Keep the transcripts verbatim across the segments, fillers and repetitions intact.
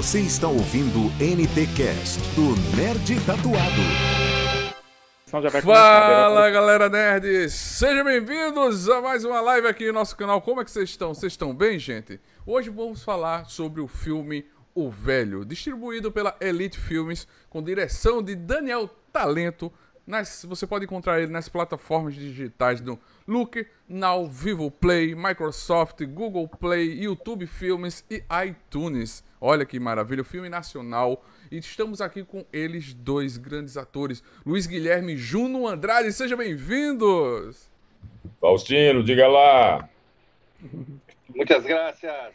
Você está ouvindo o N T Cast do Nerd Tatuado. Fala, galera nerds! Sejam bem-vindos a mais uma live aqui no nosso canal. Como é que vocês estão? Vocês estão bem, gente? Hoje vamos falar sobre o filme O Velho, distribuído pela Elite Filmes, com direção de Daniel Talento. Nas, você pode encontrar ele nas plataformas digitais do Look, Now, Vivo Play, Microsoft, Google Play, YouTube Filmes e iTunes. Olha que maravilha, o filme nacional. E estamos aqui com eles, dois grandes atores, Luiz Guilherme e Juno Andrade. Sejam bem-vindos! Faustino, diga lá! Muitas graças!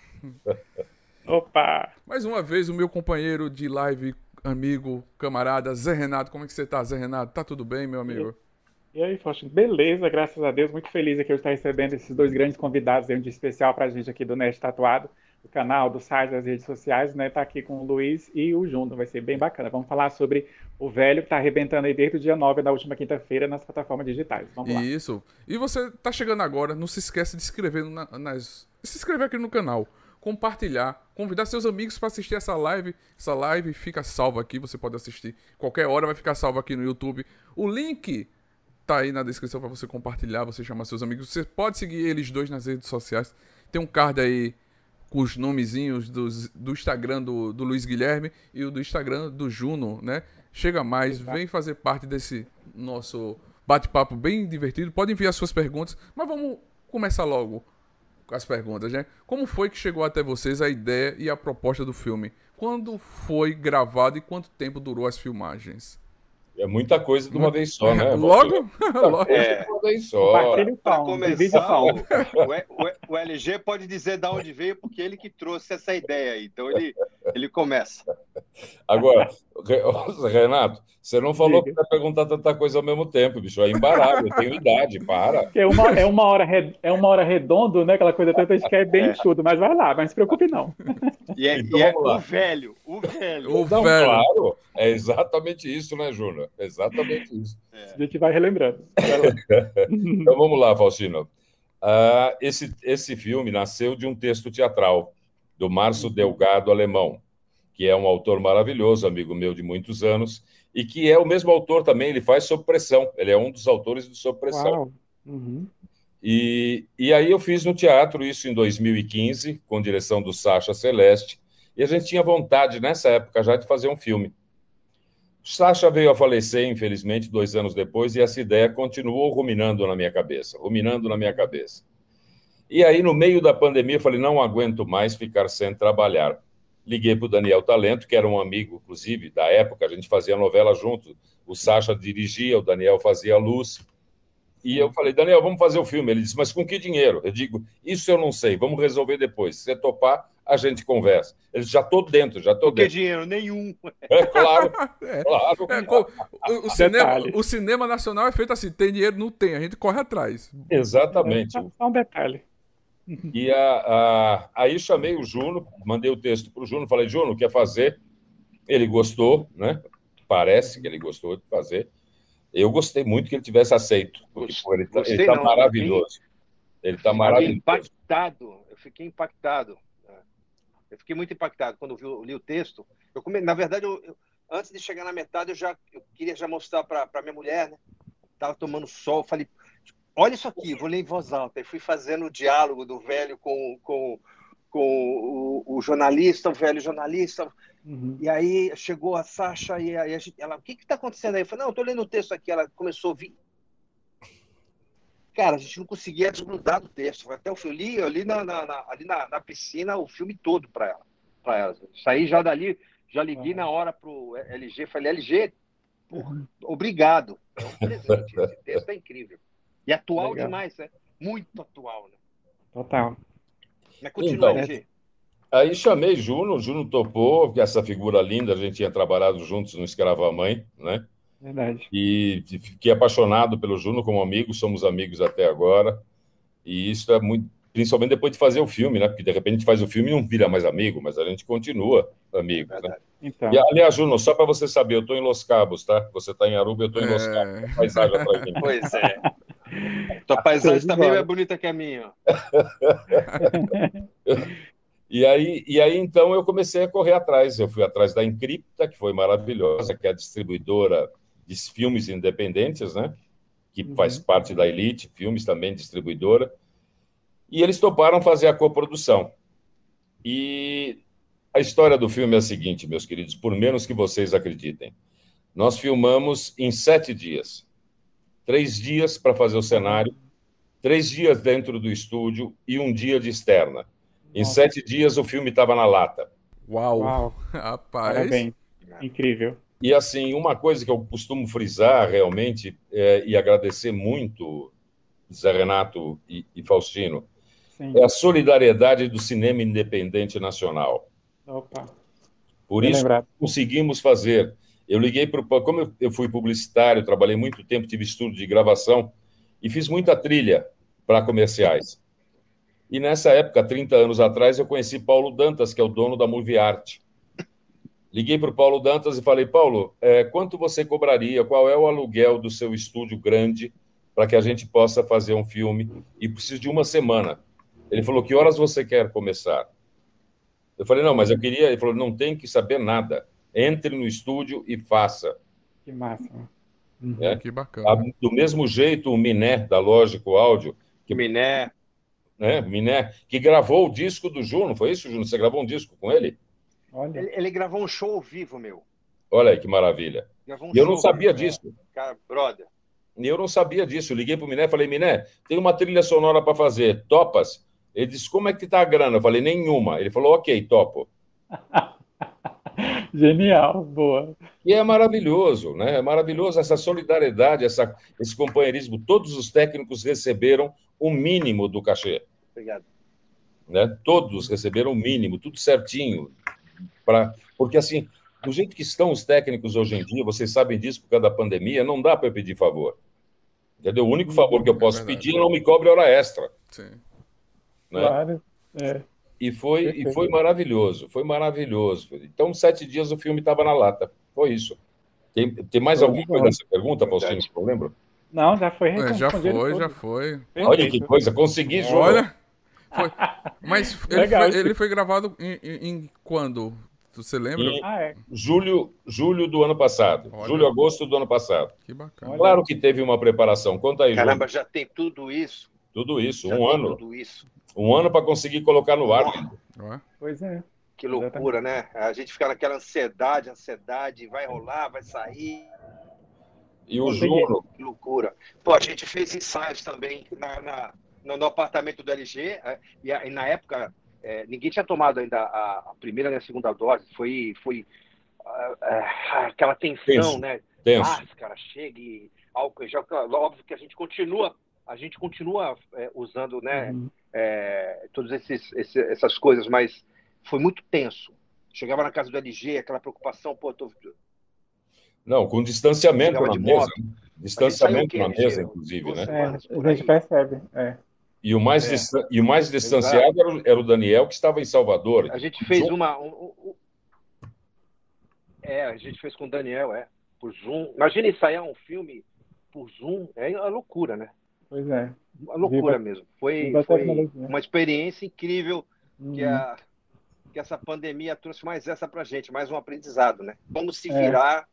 Opa! Mais uma vez, o meu companheiro de live, amigo, camarada, Zé Renato. Como é que você tá, Zé Renato? Tá tudo bem, meu amigo? E aí, Faustino? Beleza, graças a Deus. Muito feliz aqui eu estar recebendo esses dois grandes convidados, um dia especial pra gente aqui do Nerd Tatuado, do canal, do site, das redes sociais, né? Tá aqui com o Luiz e o Juno, vai ser bem bacana. Vamos falar sobre O Velho, que tá arrebentando aí desde o dia nove da última quinta-feira nas plataformas digitais. Vamos lá. Isso. E você tá chegando agora, não se esquece de se inscrever na, nas... se inscrever aqui no canal, compartilhar, convidar seus amigos para assistir essa live. Essa live fica salva aqui, você pode assistir qualquer hora, vai ficar salva aqui no YouTube. O link tá aí na descrição para você compartilhar, você chamar seus amigos. Você pode seguir eles dois nas redes sociais. Tem um card aí com os nomezinhos dos, do Instagram do, do Luiz Guilherme e o do Instagram do Juno, né? Chega mais, vem fazer parte desse nosso bate-papo bem divertido. Pode enviar suas perguntas, mas vamos começar logo com as perguntas, né? Como foi que chegou até vocês a ideia e a proposta do filme? Quando foi gravado e quanto tempo durou as filmagens? É muita coisa de uma vez só, né? Logo? Logo. É, de uma vez só. Para começar, o, o, o L G pode dizer de onde veio, porque ele que trouxe essa ideia aí. Então ele, ele começa. Agora, Renato, você não falou Diga. que vai perguntar tanta coisa ao mesmo tempo, bicho. É embaralho, eu tenho idade, para. É uma, é uma, hora, red, é uma hora redondo, né? Aquela coisa tanta, a gente quer bem é. tudo, mas vai lá, mas não se preocupe não. E é, então, e é o velho, o velho. O não, velho. Claro, é exatamente isso, né, Júnior? Exatamente isso. É. A gente vai relembrando. Então vamos lá, Faustino. Uh, esse, esse filme nasceu de um texto teatral do Márcio Delgado Alemão, que é um autor maravilhoso, amigo meu de muitos anos, e que é o mesmo autor também, ele faz Sob Pressão, ele é um dos autores do Sob Pressão. Uhum. E, e aí eu fiz no teatro isso em dois mil e quinze, com direção do Sacha Celeste, e a gente tinha vontade, nessa época, já de fazer um filme. O Sacha veio a falecer, infelizmente, dois anos depois, e essa ideia continuou ruminando na minha cabeça, ruminando na minha cabeça. E aí, no meio da pandemia, eu falei, não aguento mais ficar sem trabalhar. Liguei para o Daniel Talento, que era um amigo, inclusive, da época, a gente fazia novela junto, o Sacha dirigia, o Daniel fazia a luz, e eu falei, Daniel, vamos fazer o filme. Ele disse, mas com que dinheiro? Eu digo, isso eu não sei, vamos resolver depois. Se você topar, a gente conversa. Ele disse, já estou dentro, já estou dentro. Com que dinheiro? Nenhum. É, claro, é, claro. É, o, o, cinema, o cinema nacional é feito assim, tem dinheiro, não tem, a gente corre atrás. Exatamente. É só um detalhe. E a, a, aí chamei o Juno, mandei o texto para o Juno, falei, Juno, quer fazer? Ele gostou, né? Parece que ele gostou de fazer. Eu gostei muito que ele tivesse aceito, porque pô, ele está maravilhoso. Ele está maravilhoso. Impactado, eu fiquei impactado. Eu fiquei muito impactado quando eu, vi, eu li o texto. Eu come... Na verdade, eu, eu, antes de chegar na metade, eu já eu queria já mostrar para minha mulher, né? Tava tomando sol, falei, olha isso aqui, vou ler em voz alta. E fui fazendo o diálogo do velho com, com, com o, o jornalista, o velho jornalista. Uhum. E aí chegou a Sacha e aí a gente, ela, o que que tá acontecendo aí? Eu falei, não, eu tô lendo o texto aqui. Ela começou a ouvir. Cara, a gente não conseguia desgrudar do texto. Até o filme, eu li, eu li na, na, na, ali na, na piscina o filme todo para ela, para ela. Saí já dali, já liguei uhum. na hora pro L G, falei, L G, porra, obrigado. É um presente, esse texto é incrível. E atual Legal. demais, né? Muito atual, né? Total. Mas continua, então, L G. Aí chamei Juno, o Juno topou, que essa figura linda, a gente tinha trabalhado juntos no Escrava Mãe, né? Verdade. E fiquei apaixonado pelo Juno como amigo, somos amigos até agora. E isso é muito, principalmente depois de fazer o filme, né? Porque de repente a gente faz o filme e não vira mais amigo, mas a gente continua amigo, né? Então. E, aliás, Juno, só para você saber, eu estou em Los Cabos, tá? Você está em Aruba, eu estou em Los Cabos. É... Paisagem atrás de mim. Pois é. Tua paisagem está bem mais bonita que a minha. E aí, e aí, então, eu comecei a correr atrás. Eu fui atrás da Encripta, que foi maravilhosa, que é a distribuidora de filmes independentes, né? Que faz Uhum. parte da Elite Filmes, também distribuidora. E eles toparam fazer a coprodução. E a história do filme é a seguinte, meus queridos, por menos que vocês acreditem. Nós filmamos em sete dias. Três dias para fazer o cenário, três dias dentro do estúdio e um dia de externa. Em Nossa. sete dias o filme estava na lata. Uau! Uau. Rapaz! Parabéns. Incrível. E assim, uma coisa que eu costumo frisar realmente é, e agradecer muito Zé Renato e, e Faustino, Sim. é a solidariedade do cinema independente nacional. Opa. Por Bem isso lembrado. conseguimos fazer. Eu liguei para o... Como eu, eu fui publicitário, trabalhei muito tempo, tive estúdio de gravação e fiz muita trilha para comerciais. E nessa época, trinta anos atrás, eu conheci Paulo Dantas, que é o dono da Movie Art. Liguei para o Paulo Dantas e falei, Paulo, é, quanto você cobraria, qual é o aluguel do seu estúdio grande para que a gente possa fazer um filme e preciso de uma semana. Ele falou, que horas você quer começar? Eu falei, não, mas eu queria... Ele falou, não tem que saber nada. Entre no estúdio e faça. Que massa. Uhum. É? Que bacana. Do mesmo jeito, o Miné, da Lógico Áudio, que, Miné. né, Miné, que gravou o disco do Ju, não foi isso, Ju? Você gravou um disco com ele? Olha. Ele, ele gravou um show ao vivo, meu. Olha aí que maravilha. Gravou um E eu show não ao sabia vivo, disso. né? Cara, brother. E eu não sabia disso. Eu liguei para o Miné e falei, Miné, tem uma trilha sonora para fazer, topas? Ele disse, como é que tá a grana? Eu falei, nenhuma. Ele falou, ok, topo. Genial, boa. E é maravilhoso, né? É maravilhoso essa solidariedade, essa, esse companheirismo. Todos os técnicos receberam o mínimo do cachê. Obrigado. Né? Todos receberam o mínimo, tudo certinho. Pra... Porque, assim, do jeito que estão os técnicos hoje em dia, vocês sabem disso por causa da pandemia, não dá para eu pedir favor. Entendeu? O único favor que eu posso É verdade. pedir é não me cobre hora extra. Sim. Né? Claro. É. E, foi, Perfeito. e foi maravilhoso, foi maravilhoso. Então, sete dias o filme estava na lata. Foi isso. Tem, tem mais Show alguma de coisa bola. nessa pergunta, Faustino, Verdade. que eu lembro? Não, já foi É, já respondido foi, tudo. já foi. Olha que Perfeito. coisa, consegui, Júlio. Olha! Foi. Mas ele Legal, foi, ele Chico. foi gravado em, em- em quando? Você lembra? Em Ah, é. julho, julho do ano passado. Olha. Julho, agosto do ano passado. Que bacana. Olha. Claro que teve uma preparação. Conta aí, Caramba, Júlio. já tem tudo isso. Tudo isso, Já um tem ano. tudo isso. Um ano para conseguir colocar no ar. Nossa, Ó, Pois é. que loucura, né? A gente fica naquela ansiedade, ansiedade, vai rolar, vai sair. E o Consegui. Juno, Que loucura. Pô, a gente fez ensaios também na, na- no, no apartamento do L G, eh, e, a- e na época eh, ninguém tinha tomado ainda a, a primeira nem a segunda dose. Foi, foi ah, ah, aquela tensão, Tenso. né? tenso. Máscara, chega e álcool em gel. Óbvio que a gente continua, a gente continua eh, usando, né, Uhum. eh, todas esses, esse- essas coisas, mas foi muito tenso. Chegava na casa do L G, aquela preocupação, pô, tô, Não, com distanciamento Chegava na de mesa. moto. né? A gente saiu o Distanciamento quê, na L G? mesa, inclusive, Duas né? É, semanas por a gente aí. percebe. É. E o mais, É. distan- e o mais distanciado era o, era o Daniel, que estava em Salvador. A gente fez Junto- uma. um- um- um- É, a gente fez com o Daniel, é. Por Zoom. Imagina ensaiar um filme por Zoom. É uma loucura, né? Pois é. Uma loucura Viva- mesmo. Foi, viva a foi tecnologia. uma experiência incrível que, Uhum. a, que essa pandemia trouxe mais essa pra gente, mais um aprendizado, né? Como se É. virar.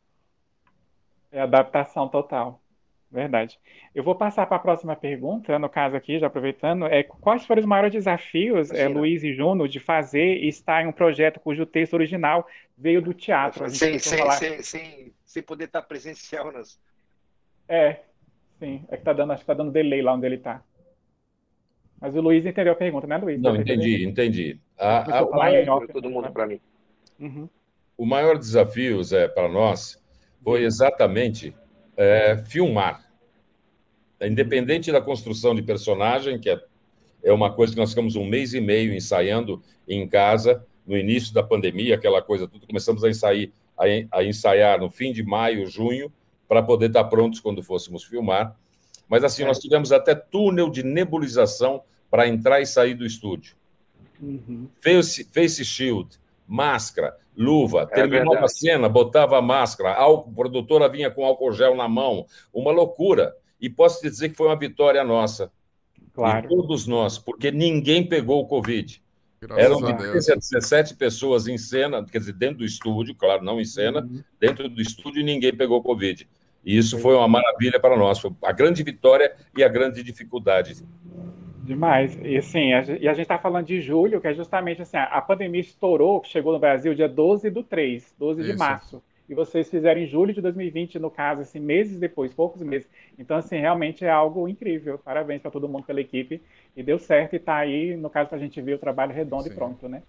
É adaptação total. Verdade. Eu vou passar para a próxima pergunta, no caso aqui, já aproveitando, é quais foram os maiores desafios, é, Imagina. Luiz e Juno, de fazer e estar em um projeto cujo texto original veio do teatro? A gente Sem, costuma sem, falar- sem, sem, sem poder estar presencial nas. É, sim. É que tá dando, acho que tá dando delay lá onde ele tá. Mas o Luiz entendeu a pergunta, né, Luiz? Não, Você entendeu? entendi, entendi. A- Começou a- a o, falar maior, em off. Todo mundo para mim. Uhum. o maior desafio, Zé, para nós, foi exatamente é, filmar. Independente da construção de personagem, que é, é uma coisa que nós ficamos um mês e meio ensaiando em casa, no início da pandemia, aquela coisa, tudo começamos a ensaiar, a, en- a ensaiar no fim de maio, junho, para poder estar prontos quando fôssemos filmar. Mas assim, É. nós tivemos até túnel de nebulização para entrar e sair do estúdio. Uhum. Face, face shield, máscara, luva. Terminou verdade. a cena, botava a máscara, álcool, a produtora vinha com álcool gel na mão. Uma loucura. E posso te dizer que foi uma vitória nossa. Claro. De todos nós, porque ninguém pegou o Covid. Eram Graças a de Deus. treze a dezessete pessoas em cena, quer dizer, dentro do estúdio, claro, não em cena, Uhum. dentro do estúdio e ninguém pegou Covid. E isso foi uma maravilha para nós, foi a grande vitória e a grande dificuldade. Demais. E assim, a, ge- e a gente está falando de julho, que é justamente assim, a, a pandemia estourou, chegou no Brasil dia doze do três, doze de Isso. março. E vocês fizeram em julho de dois mil e vinte, no caso, assim, meses depois, poucos meses. Então, assim, realmente é algo incrível. Parabéns para todo mundo pela equipe. E deu certo e está aí, no caso, para a gente ver o trabalho redondo Sim. e pronto, né?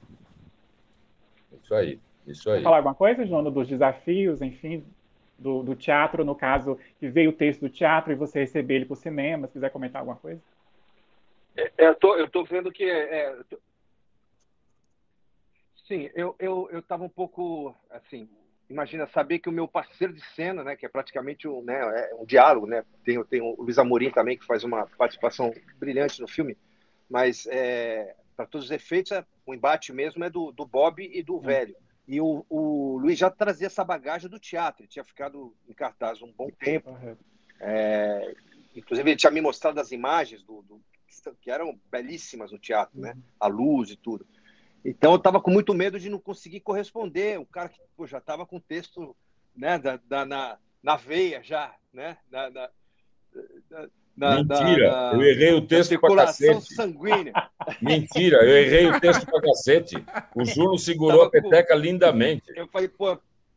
Isso aí, isso Quer aí. falar alguma coisa, João, dos desafios, enfim, do, do teatro, no caso, que veio o texto do teatro e você receber ele para o cinema, se quiser comentar alguma coisa? É, eu tô, eu tô vendo que é, eu tô- sim, eu eu eu estava um pouco assim, imagina saber que o meu parceiro de cena, né, que é praticamente um, né, é um diálogo, né, tem tem o Luiz Amorim também que faz uma participação brilhante no filme, mas é, para todos os efeitos é, o embate mesmo é do, do Bob e do É. velho. E o, o Luiz já trazia essa bagagem do teatro, ele tinha ficado em cartaz um bom tempo. Correto. É, inclusive, ele tinha me mostrado as imagens do, do- que eram belíssimas no teatro, né? A luz e tudo. Então, eu estava com muito medo de não conseguir corresponder. O cara que pô, já estava com o texto, né, da, da- na, na veia já, né? Da, da, da, da, Mentira, eu da- errei o da texto pra circulação cacete. sanguínea. Mentira, eu errei o texto pra cacete. O Juno segurou Tava a com- peteca lindamente. Eu falei, pô,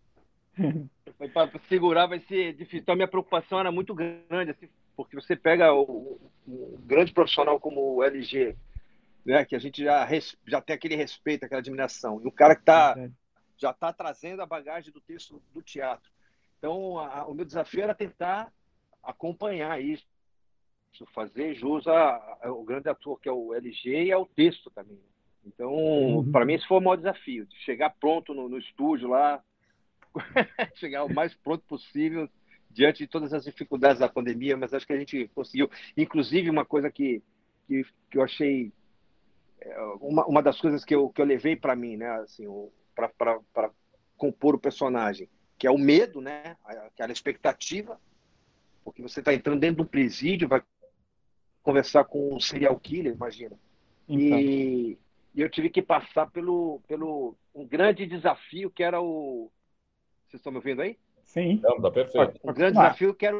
para segurar vai ser difícil. Então, a minha preocupação era muito grande, assim, porque você pega o, um grande profissional como o L G, né, que a gente já, res- já tem aquele respeito, aquela admiração, e o cara que tá, Verdade. já está trazendo a bagagem do texto do teatro. Então, a- o meu desafio era tentar acompanhar isso, fazer jus a- ao grande ator que é o L G e ao texto também. Então, para mim, esse foi o maior desafio, de chegar pronto no, no estúdio lá, chegar o mais pronto possível diante de todas as dificuldades da pandemia, mas acho que a gente conseguiu. Inclusive, uma coisa que, que, que eu achei, é, uma, uma das coisas que eu, que eu levei para mim, né, assim, para compor o personagem, que é o medo, né, aquela expectativa, porque você está entrando dentro de um presídio, vai conversar com um serial killer, imagina. Então, E, e eu tive que passar pelo, pelo um grande desafio que era o... Vocês estão me ouvindo aí? sim, Não, tá perfeito. pode, Um pode grande continuar. desafio que era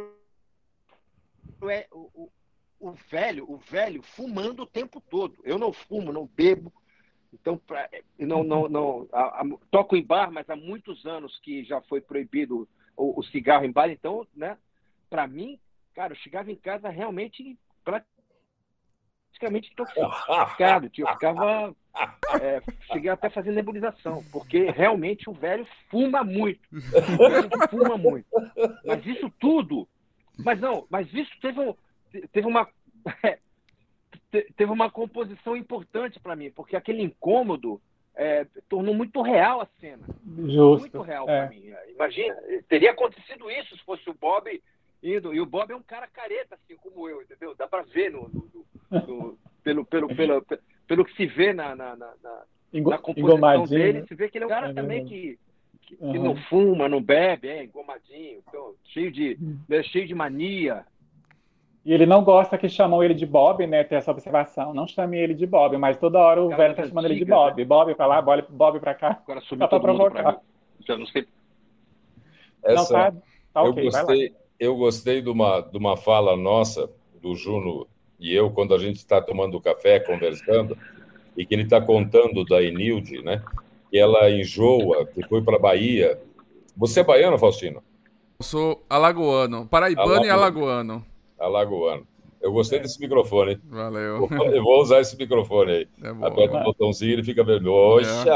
o, é, o, o- o velho, o velho fumando o tempo todo. Eu não fumo, não bebo, então pra, eu não, não, não a- a- toco em bar, mas há muitos anos que já foi proibido o, o cigarro em bar. Então, né? Para mim, cara, eu chegava em casa realmente praticamente intoxicado, tio. Eu ficava, é, cheguei até a fazer nebulização, porque realmente o velho fuma muito, o velho fuma muito. Mas isso tudo, mas não, mas isso teve, um, teve uma te- teve uma composição importante para mim, porque aquele incômodo é, tornou muito real a cena, Justo. muito real É. para mim. Imagina, teria acontecido isso se fosse o Bob indo, e o Bob é um cara careta assim como eu, entendeu? Dá para ver no, no- no- no- pelo, pelo, pelo, pelo que se vê na, na, na, na- Engo- na composição engomadinho, dele, né? se vê que ele é um cara É também verdade. que, que, que Aham. não fuma, não bebe, é engomadinho, então, cheio de, né, cheio de mania. E ele não gosta que chamam ele de Bob, né? Tem essa observação. Não chame ele de Bob, mas toda hora o Cara velho das tá chamando ele de antigas, Bob. Bob pra lá, Bob, Bob pra cá. Agora Só subiu pra todo mundo para mim. provocar. Já não sei. Não, Essa, tá, tá eu ok, vai lá. gostei, eu gostei de uma, de uma fala nossa, do Juno e eu, quando a gente está tomando café, conversando, e que ele está contando da Enilde, né? Que ela enjoa, que foi para a Bahia. Você é baiano, Faustino? Eu sou alagoano, paraibano e Alagoano. alagoano. Alagoano. Eu gostei desse microfone, hein? Valeu. Eu vou usar esse microfone aí. É bom. Aperta o botãozinho e ele fica vermelho. Oxa!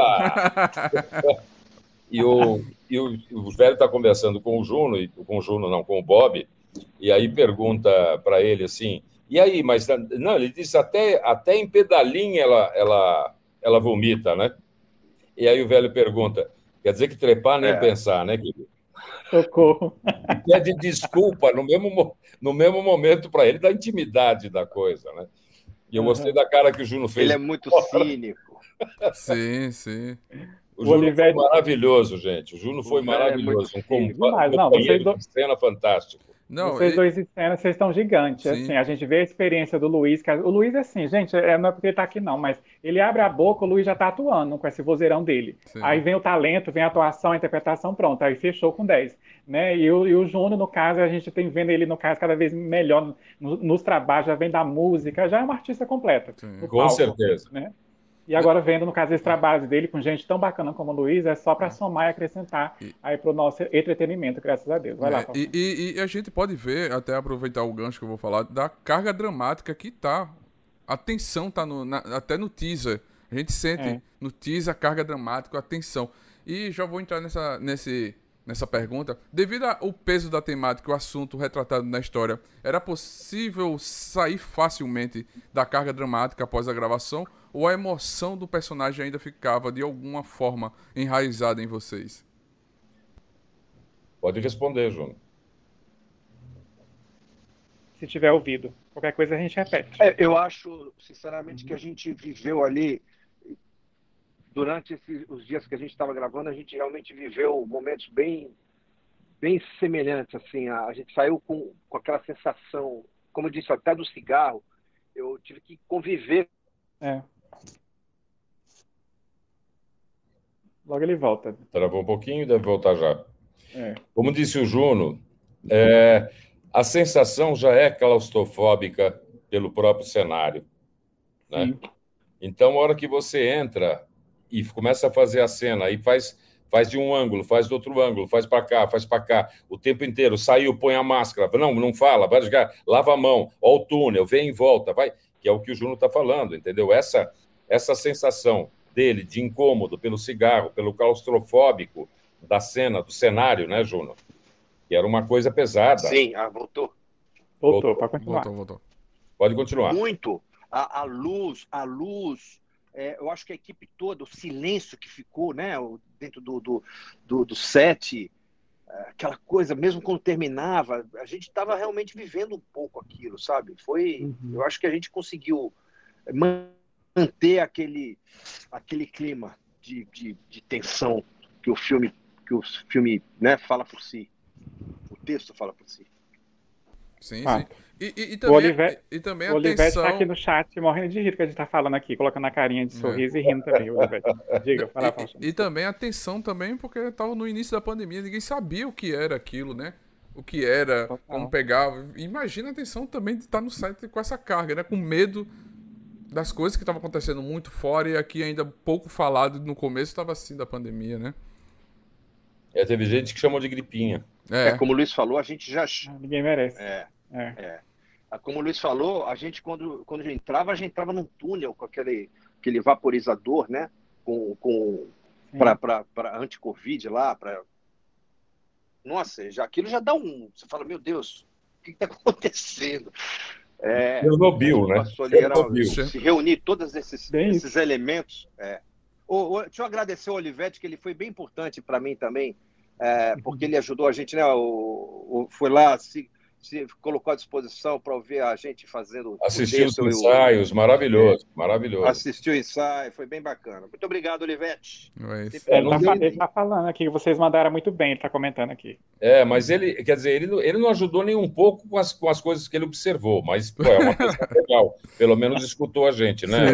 E o, e o, o velho está conversando com o Juno, e- com o Juno não, com o Bob, e aí pergunta para ele assim, e aí, mas... Não, ele disse, até, até em pedalinho ela, ela, ela vomita, né? E aí o velho pergunta, quer dizer que trepar nem É. pensar, né, querido? Socorro. Pede desculpa no mesmo, mo- no mesmo momento para ele da intimidade da coisa, né? E eu gostei da cara que o Juno fez. Ele é muito cínico. Sim, sim. O O Juno Olivetti- foi maravilhoso, gente. O Juno foi velho é maravilhoso. muito Um com- Demais. Não, companheiro vocês de cena fantástico. Não, Vocês e- dois em cena, vocês estão gigantes. Sim. Assim, a gente vê a experiência do Luiz. Que a- o Luiz, assim, gente, é, não é porque ele tá aqui, não, mas ele abre a boca, o Luiz já tá atuando com esse vozeirão dele. Sim. Aí vem o talento, vem a atuação, a interpretação, pronto. Aí fechou com dez. Né? E, o, e o Júnior, no caso, a gente tem vendo ele, no caso, cada vez melhor no- nos trabalhos, já vem da música, já é um artista completo. Sim. No Com palco, certeza. né? E agora vendo, no caso, esse trabalho dele com gente tão bacana como o Luiz, é só para somar e acrescentar E- aí pro nosso entretenimento, graças a Deus. Vai lá, É, Paulo. e, e- e a gente pode ver, até aproveitar o gancho que eu vou falar, da carga dramática que tá. A tensão tá no, na- até no teaser. A gente sente É. no teaser a carga dramática, a tensão. E já vou entrar nessa, nesse, nessa pergunta. Devido ao peso da temática, o assunto retratado na história, era possível sair facilmente da carga dramática após a gravação? Ou a emoção do personagem ainda ficava, de alguma forma, enraizada em vocês? Pode responder, Júnior. Se tiver ouvido. Qualquer coisa a gente repete. É, eu acho, sinceramente, que a gente viveu ali, durante esse- os dias que a gente estava gravando, a gente realmente viveu momentos bem, bem semelhantes. Assim, a, a gente saiu com, com aquela sensação, como eu disse, até do cigarro, eu tive que conviver. É. Logo ele volta. Travou um pouquinho e deve voltar já. É. Como disse o Juno, é, a sensação já é claustrofóbica pelo próprio cenário, né? Sim. Então, a hora que você entra e começa a fazer a cena, e faz, faz de um ângulo, faz do outro ângulo, faz para cá, faz para cá, o tempo inteiro, saiu, põe a máscara, não, não fala, vai jogar, lava a mão, ó o túnel, vem em volta, vai, que é o que o Juno está falando, entendeu? Essa, essa sensação dele de incômodo pelo cigarro, pelo claustrofóbico da cena, do cenário, né, Juno? Que era uma coisa pesada. Sim, ah, voltou. Voltou, Voltou. para continuar. Voltou, voltou. Pode continuar. Muito. A, a luz, a luz, é, eu acho que a equipe toda, o silêncio que ficou, né, o- dentro do, do, do, do set, é, aquela coisa, mesmo quando terminava, a gente estava realmente vivendo um pouco aquilo, sabe? Foi, Uhum. eu acho que a gente conseguiu man- manter aquele, aquele clima de, de, de tensão que o filme, que o filme, né, fala por si, o texto fala por si. Sim, Ah. sim. E, e, e O também, Olive- e, e também O a Olivete tensão... tá aqui no chat morrendo de rir que a gente tá falando aqui, colocando a carinha de É. sorriso e rindo também, o Olivete. Diga, fala, fala. E, e também a tensão também, porque estava no início da pandemia, ninguém sabia o que era aquilo, né? O que era, Total. como pegava. Imagina a tensão também de estar no site com essa carga, né? Com medo das coisas que estavam acontecendo muito fora e aqui ainda pouco falado no começo estava assim da pandemia, né? É, teve gente que chamou de gripinha. É, É, como o Luiz falou, a gente já... Ah, ninguém merece. É, É. como o Luiz falou, a gente, quando, quando a gente entrava, a gente entrava num túnel com aquele, aquele vaporizador, né? Com, com, Sim. para anti-Covid lá. Pra... Nossa, já, aquilo já dá um. Você fala, meu Deus, o que está acontecendo? É, Chernobyl, a gente né? passou ali, era, Chernobyl. se reunir todos esses, Bem esses isso. elementos. É. Ô, ô, deixa eu agradecer ao Olivete, que ele foi bem importante para mim também, é, porque ele ajudou a gente, né? O, o, foi lá, se, se colocou à disposição para ouvir a gente fazendo Assistiu os o texto, eu- ensaios, maravilhoso, maravilhoso. assistiu o ensaio, foi bem bacana. Muito obrigado, Olivete. é isso. Sempre- Ele, tá, não fa- tem- ele tá falando aqui que vocês mandaram muito bem, ele tá comentando aqui. É, mas ele, quer dizer, ele, não- ele não ajudou nem um pouco com as, com as coisas que ele observou, mas pô, é uma coisa legal. Pelo menos escutou a gente, né?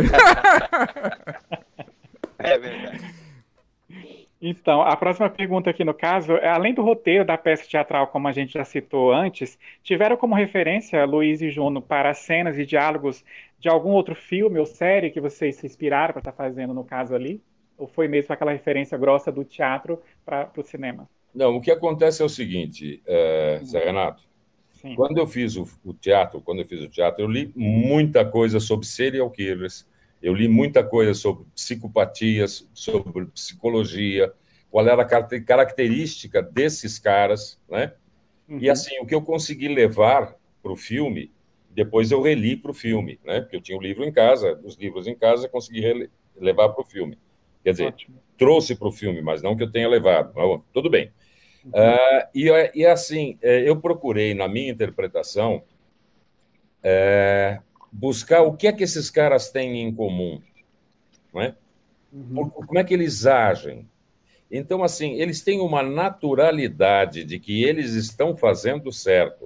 É verdade. Então, a próxima pergunta aqui no caso, é, além do roteiro da peça teatral, como a gente já citou antes, tiveram como referência, Luiz e Juno, para cenas e diálogos de algum outro filme ou série que vocês se inspiraram para estar fazendo no caso ali? Ou foi mesmo aquela referência grossa do teatro para o cinema? Não, o que acontece é o seguinte, é, Zé Renato, Sim. quando eu fiz o, o teatro, quando eu fiz o teatro, eu li muita coisa sobre serial killers, eu li muita coisa sobre psicopatias, sobre psicologia, qual era a carte- característica desses caras, né? E Uhum. assim, o que eu consegui levar para o filme, depois eu reli para o filme, né? Porque eu tinha o livro em casa, os livros em casa, consegui rele- levar para o filme. Quer dizer, Ótimo. trouxe para o filme, mas não que eu tenha levado. Mas, tudo bem. Uhum. Ah, e, e assim, eh, eu procurei, na minha interpretação, eh, buscar o que é que esses caras têm em comum, não é? Uhum. Como é que eles agem? Então, assim, eles têm uma naturalidade de que eles estão fazendo certo.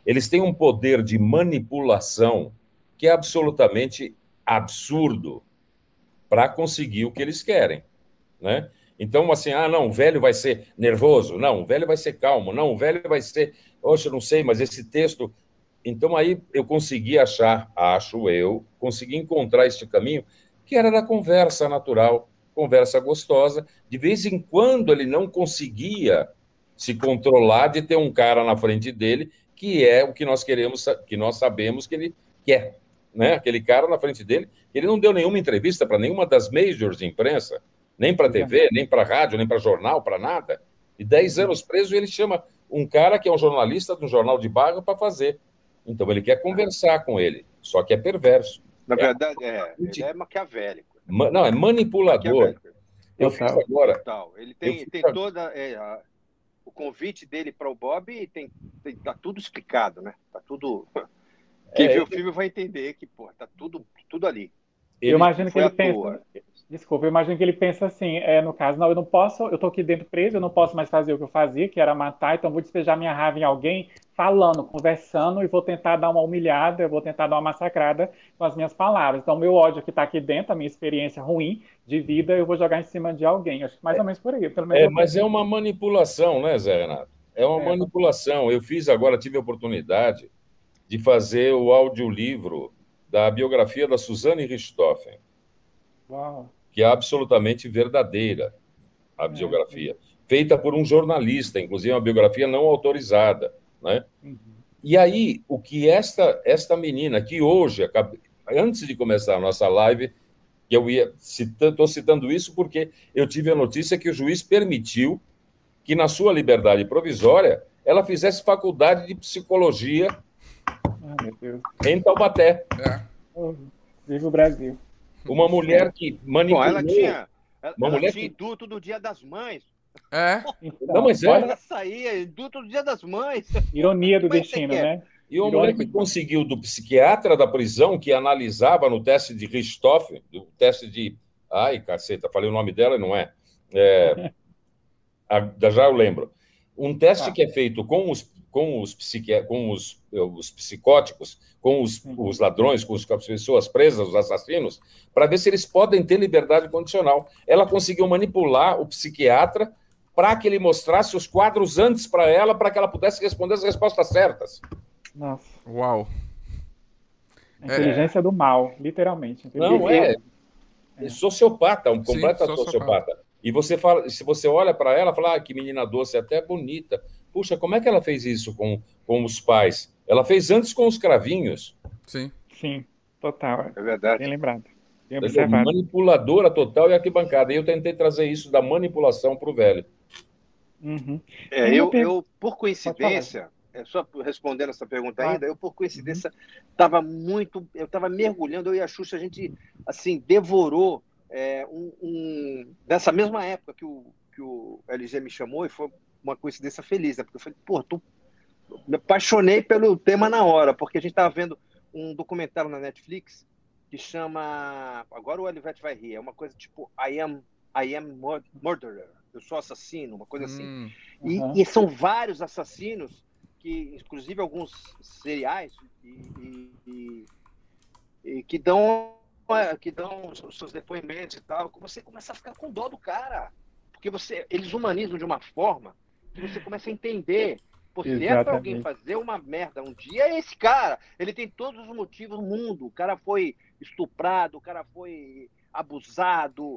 eles têm um poder de manipulação que é absolutamente absurdo para conseguir o que eles querem, né? Então, assim, ah, não, o velho vai ser nervoso, não, o velho vai ser calmo, não, o velho vai ser, oxe, eu não sei, mas esse texto... Então, aí eu consegui achar, acho eu, consegui encontrar este caminho, que era da conversa natural, conversa gostosa. De vez em quando ele não conseguia se controlar de ter um cara na frente dele, que é o que nós queremos, que nós sabemos que ele quer, né? Aquele cara na frente dele, ele não deu nenhuma entrevista para nenhuma das majors de imprensa, nem para T V, nem para rádio, nem para jornal, para nada. E dez anos preso, ele chama um cara que é um jornalista de um jornal de bairro para fazer. Então, ele quer conversar com ele, só que é perverso. Na é verdade, é, ele é maquiavélico. Ma- Não, é manipulador. Maquiavélico. Eu Total. fiz agora. Total. Ele Eu tem, fiz tem a- toda. É, a- o convite dele para o Bob tem, tem, tá tudo explicado, né? Tá tudo. Quem É, vê o filme vai entender que, pô, tá tudo, tudo ali. Eu ele- imagino que foi ele à toa. pensa. Desculpa, eu imagino que ele pensa assim, é, no caso, não, eu não posso, eu tô aqui dentro preso, eu não posso mais fazer o que eu fazia, que era matar, então vou despejar minha raiva em alguém, falando, conversando, e vou tentar dar uma humilhada, eu vou tentar dar uma massacrada com as minhas palavras. Então, o meu ódio que está aqui dentro, a minha experiência ruim de vida, eu vou jogar em cima de alguém. Acho que mais ou menos por aí, pelo menos É, eu mas penso. é uma manipulação, né, Zé Renato? É uma É, manipulação. Eu fiz agora, tive a oportunidade de fazer o audiolivro da biografia da Suzane Richthofen, uau. que é absolutamente verdadeira, a É, biografia, feita por um jornalista, inclusive uma biografia não autorizada, né? uhum. E aí, o que esta, esta menina, que hoje, acabe- antes de começar a nossa live, que eu ia estou citando isso porque eu tive a notícia que o juiz permitiu que, na sua liberdade provisória, ela fizesse faculdade de psicologia Ai, meu Deus. em Taubaté. É. Oh, viva o Brasil. Uma mulher que manipulou... Bom, ela tinha. Ela, Uma ela mulher tinha que- induto do Dia das Mães. É. Então, Não, mas é. olha Ela saía, induto do Dia das Mães. ironia do Como é que você destino, quer? né? E uma Irônico mulher que demais. conseguiu do psiquiatra da prisão, que analisava no teste de Richthofen, do teste de... Ai, caceta, falei o nome dela e não é. é... a- Já eu lembro. Um teste Tá. que é feito com os, com os, psiqui... com os, os psicóticos, com os, Uhum. os ladrões, com, os, com as pessoas presas, os assassinos, para ver se eles podem ter liberdade condicional. Ela conseguiu manipular o psiquiatra para que ele mostrasse os quadros antes para ela, para que ela pudesse responder as respostas certas. Nossa, Uau. a inteligência do mal, literalmente. Não, é, é sociopata, um Sim, completa sociopata. sociopata. E você fala, se você olha para ela, fala, ah, que menina doce, até bonita. Puxa, como é que ela fez isso com, com os pais? Ela fez antes com os cravinhos. Sim. Sim, total. É verdade. Bem lembrado. Bem Entendeu? observado. Manipuladora total e arquibancada. E eu tentei trazer isso da manipulação para o velho. Uhum. É, Tem uma eu, per- eu, por coincidência, é, só respondendo essa pergunta Claro. ainda, eu, por coincidência, estava muito. Eu estava mergulhando, eu e a Xuxa, a gente assim, devorou é, um, um- dessa mesma época que o, que o L G me chamou, e foi uma coincidência feliz, né? Porque eu falei, pô, tô, me apaixonei pelo tema na hora, porque a gente estava vendo um documentário na Netflix que chama. Agora o Olivete vai rir, é uma coisa tipo I am, I am mur- murderer. Eu sou assassino, uma coisa assim. Hum. E, Uhum. e são vários assassinos, que, inclusive alguns seriais, e, e- e- e que dão é, que dão os seus depoimentos e tal. Você começa a ficar com dó do cara. Porque você, eles humanizam de uma forma que você começa a entender. Pô, se é pra alguém Exatamente. fazer uma merda um dia, é esse cara. Ele tem todos os motivos do mundo. O cara foi estuprado, o cara foi abusado,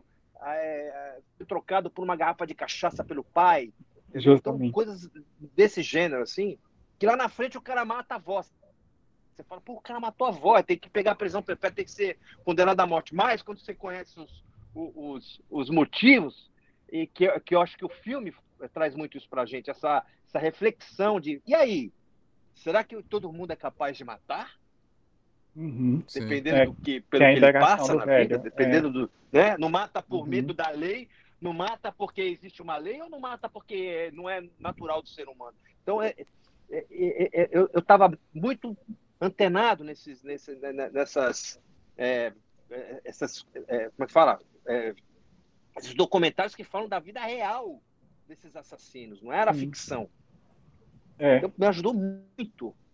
é, foi trocado por uma garrafa de cachaça pelo pai. Entendeu? Então, Justamente. coisas desse gênero, assim, que lá na frente o cara mata a avó. Você fala, pô, o cara matou a avó, tem que pegar a prisão perpétua, tem que ser condenado à morte. Mas quando você conhece os, os, os motivos, e que, que eu acho que o filme traz muito isso pra gente, essa, essa reflexão de, e aí? Será que todo mundo é capaz de matar? Uhum. Sim. Dependendo É, do que, que pelo é a que ele indagação passa do na velho, vida, dependendo do. Né? Não mata por Uhum. medo da lei, não mata porque existe uma lei, ou não mata porque não é natural do ser humano. Então, é, é, é, é, eu estava muito antenado nesses, nesses, nessas. É, é, essas, é, como é que fala? É, esses documentários que falam da vida real desses assassinos, não era Sim. ficção. É. Então, me ajudou muito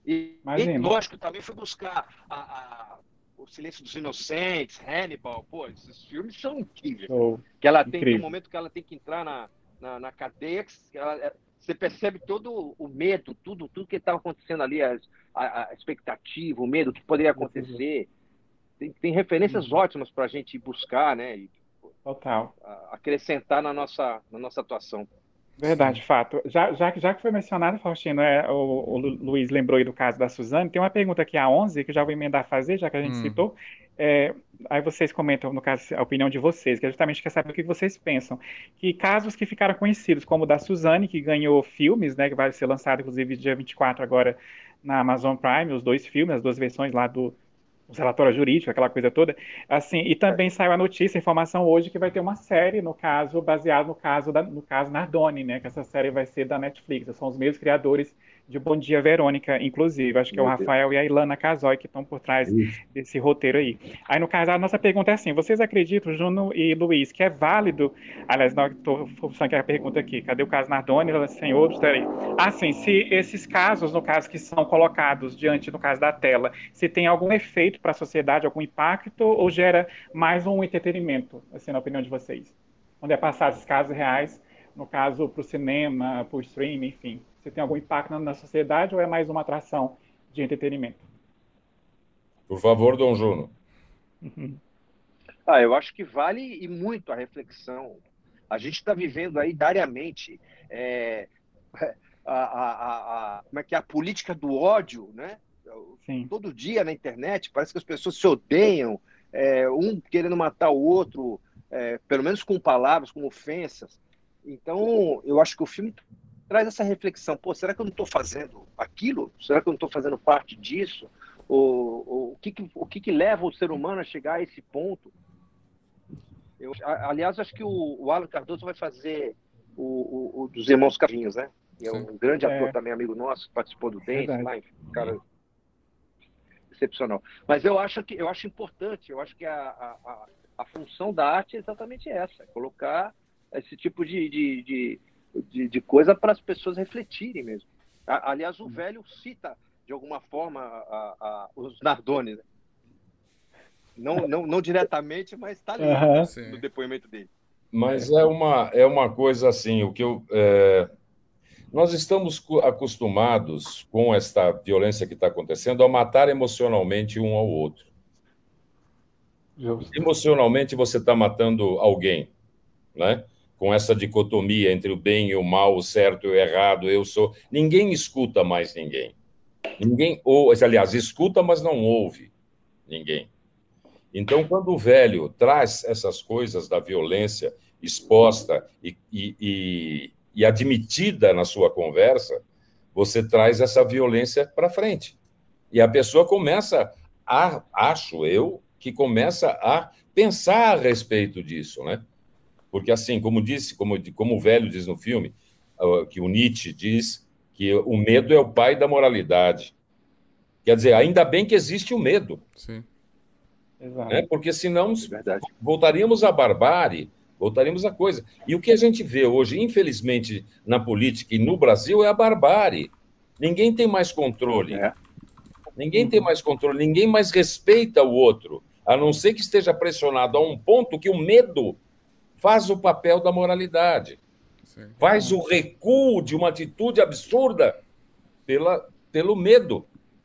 E, e Imagina. lógico, também fui buscar a, a- O Silêncio dos Inocentes, Hannibal, pô, esses filmes são incríveis. Show. Que ela tem, tem um Incrível. momento que ela tem que entrar na, na, na cadeia, que ela- é, você percebe todo o medo, tudo, tudo que estava acontecendo ali, a, a- a expectativa, o medo, o que poderia acontecer. Tem, tem referências ótimas para a gente ir buscar, né? E Total. a- acrescentar na nossa, na nossa atuação. Verdade, fato. Já, já, que- já que foi mencionado, Faustino, é, o, o Lu- Luiz lembrou aí do caso da Suzane, tem uma pergunta aqui, a onze, que eu já vou emendar a fazer, já que a gente Hum. citou. É, aí vocês comentam, no caso, a opinião de vocês, que é justamente quer saber o que vocês pensam. Que casos que ficaram conhecidos, como o da Suzane, que ganhou filmes, né, que vai ser lançado, inclusive, dia vinte e quatro agora na Amazon Prime, os dois filmes, as duas versões lá do os relatórios jurídicos, aquela coisa toda, assim, e também saiu a notícia, a informação hoje que vai ter uma série, no caso, baseado no caso da, no caso Nardoni, né, que essa série vai ser da Netflix, são os mesmos criadores de Bom Dia Verônica, inclusive, acho que é o Meu Deus. Rafael e a Ilana Casoy que estão por trás Isso. desse roteiro aí. Aí, no caso, a nossa pergunta é assim, vocês acreditam, Juno e Luiz, que é válido, aliás, não, estou forçando aqui a pergunta aqui, cadê o caso Nardoni? Sem outros, peraí. Ah, sim, se esses casos, no caso, que são colocados diante, no caso da tela, se tem algum efeito para a sociedade, algum impacto, ou gera mais um entretenimento, assim, na opinião de vocês? Onde é passado esses casos reais, no caso, para o cinema, para o streaming, enfim. Se tem algum impacto na sociedade ou é mais uma atração de entretenimento? Por favor, Dom Juno. Ah, eu acho que vale e muito a reflexão. A gente está vivendo aí diariamente é, a, a, a, a- como é que é a política do ódio, né? Sim. Todo dia na internet parece que as pessoas se odeiam, é, um querendo matar o outro, é, pelo menos com palavras, com ofensas. Então, eu acho que o filme traz essa reflexão. Pô, será que eu não estou fazendo aquilo? Será que eu não estou fazendo parte disso? Ou, ou o que, que, o que, que leva o ser humano a chegar a esse ponto? Eu, a- aliás, acho que o, o Alan Cardoso vai fazer o, o, o dos Irmãos Cavinhos, né? Que é um grande É. ator também, amigo nosso, que participou do Dance, Verdade. lá, enfim, um cara excepcional. Mas eu acho que eu acho importante, eu acho que a, a, a, a função da arte é exatamente essa, colocar esse tipo de, de, de, de, de coisa para as pessoas refletirem mesmo. A- aliás, o velho cita, de alguma forma, a, a, os Nardoni, né? Não, não, não diretamente, mas está ali Aham. Sim. no depoimento dele. Mas é uma, é uma coisa assim, o que eu, é, nós estamos cu- acostumados com esta violência que está acontecendo a matar emocionalmente um ao outro. Justo. Emocionalmente você está matando alguém, né? Com essa dicotomia entre o bem e o mal, o certo e o errado, eu sou. Ninguém escuta mais ninguém. Ninguém ou, aliás, escuta, mas não ouve ninguém. Então, quando o velho traz essas coisas da violência exposta e, e, e, e admitida na sua conversa, você traz essa violência para frente. E a pessoa começa a, acho eu, que começa a pensar a respeito disso, né? Porque, assim, como disse, como, como o velho diz no filme, uh, que o Nietzsche diz que o medo é o pai da moralidade. Quer dizer, ainda bem que existe o medo, Sim. Exato. né? Porque senão É verdade. voltaríamos à barbárie, voltaríamos à coisa. E o que a gente vê hoje, infelizmente, na política e no Brasil é a barbárie. Ninguém tem mais controle. É. Ninguém tem mais controle, ninguém mais respeita o outro, a não ser que esteja pressionado a um ponto que o medo faz o papel da moralidade, Sim. faz o recuo de uma atitude absurda pela, pelo medo,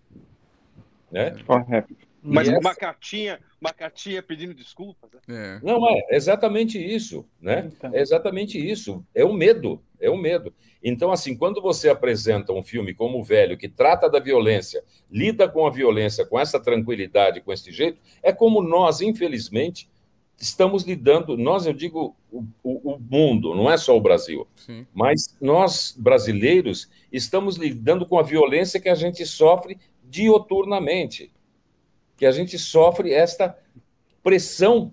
né? Correto. Mas E uma essa- cartinha, uma cartinha pedindo desculpas, né? É. Não, é exatamente isso, né? Então. É exatamente isso, é o medo, é o medo. Então, assim, quando você apresenta um filme como O Velho, que trata da violência, lida com a violência com essa tranquilidade, com esse jeito, é como nós, infelizmente, estamos lidando, nós, eu digo, o, o, o mundo, não é só o Brasil, Sim. mas nós, brasileiros, estamos lidando com a violência que a gente sofre dioturnamente, que a gente sofre esta pressão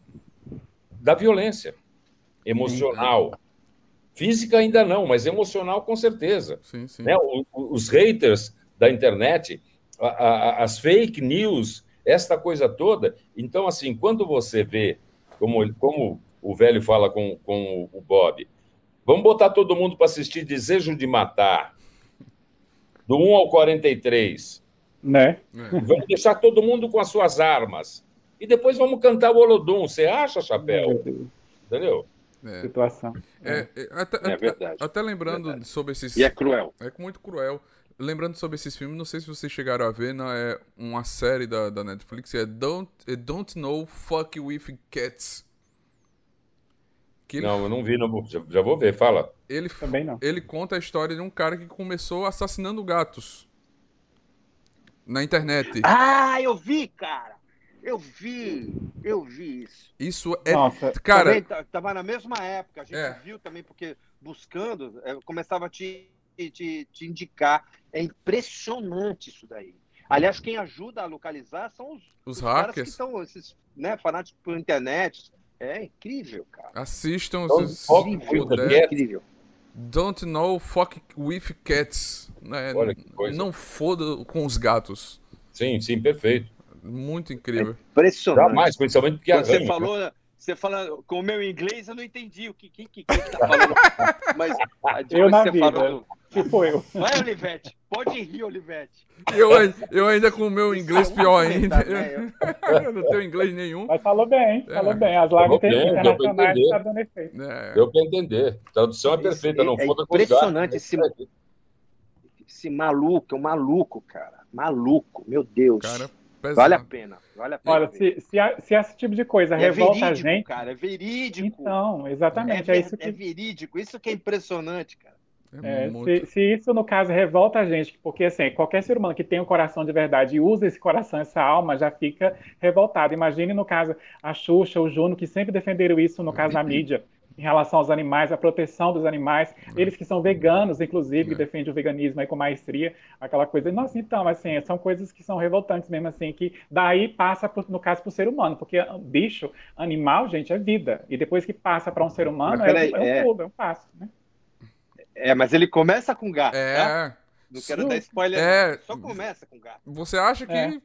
da violência emocional. Física ainda não, mas emocional com certeza. Sim, sim. Né? O- o- Os haters da internet, a- a- as fake news, esta coisa toda. Então, assim, quando você vê, como, ele- como o velho fala com, com o Bob, vamos botar todo mundo para assistir Desejo de Matar. do um ao quarenta e três. Né? É. Vamos deixar todo mundo com as suas armas. E depois vamos cantar o Olodum. Você acha, Chapéu? Entendeu? É. Situação. É, é, até, É verdade. até lembrando Verdade. sobre esses. E é cruel. É muito cruel. Lembrando sobre esses filmes, não sei se vocês chegaram a ver, não é uma série da, da Netflix, é Don't, é Don't Know Fuck With Cats. Que ele, Não, eu não vi, não. Já, já vou ver, fala. ele, Também não. ele conta a história de um cara que começou assassinando gatos na internet. Ah, eu vi, cara! Eu vi! Eu vi isso. Isso é. Nossa. Cara, Também tá- tava na mesma época, a gente É. viu também, porque buscando, eh, começava a te, te, te indicar. É impressionante isso daí. Aliás, quem ajuda a localizar são os, Os caras que hackers. estão, esses, né, fanáticos por internet. É incrível, cara. assistam Don't esses- fuck Incrível, with the puder. cat. incrível. Don't Know Fuck With Cats. Né? Olha que coisa. Não foda com os gatos. Sim, sim, perfeito. Muito incrível. Impressionante. Jamais, principalmente porque Quando você arranha, né? falou, você fala com o meu inglês, eu não entendi o que que, que, que tá falando. Mas ah, depois Eu na você vida. falou. Tipo eu. Vai, Olivete, pode rir, Olivete. Eu, ai- eu ainda com o meu inglês Isso é pior um ainda. comentário, Eu não tenho inglês nenhum. Mas falou bem, falou É. bem. As Falou lives bem, deu pra internacionais entender. tá dando efeito. É, Deu para entender. Tradução é Esse- perfeita, não é foda com os impressionante gatos. esse- Esse maluco, é um maluco, cara. Maluco, meu Deus. cara, pesado. Vale a pena, vale a pena. Olha, se, se, a- se esse tipo de coisa E é revolta a verídico, gente, cara, é verídico. então, exatamente, é, é, ver- isso que... é verídico, isso que é impressionante, cara. É É, muito. se, se isso, no caso, revolta a gente, porque assim, qualquer ser humano que tem um coração de verdade e usa esse coração, essa alma, já fica revoltado. Imagine, no caso, a Xuxa, o Juno, que sempre defenderam isso, no caso, na mídia, em relação aos animais, a proteção dos animais. Eles que são veganos, inclusive, que É. defendem o veganismo aí com maestria, aquela coisa. Nossa, então, assim, são coisas que são revoltantes mesmo, assim, que daí passa, pro- no caso, para o ser humano, porque bicho, animal, gente, é vida. E depois que passa para um ser humano, Mas é, peraí, é um é- pulo, é um passo, né? É, mas ele começa com gato, tá? É. Não quero dar spoiler, É. não. Só começa com gato. Você acha que É.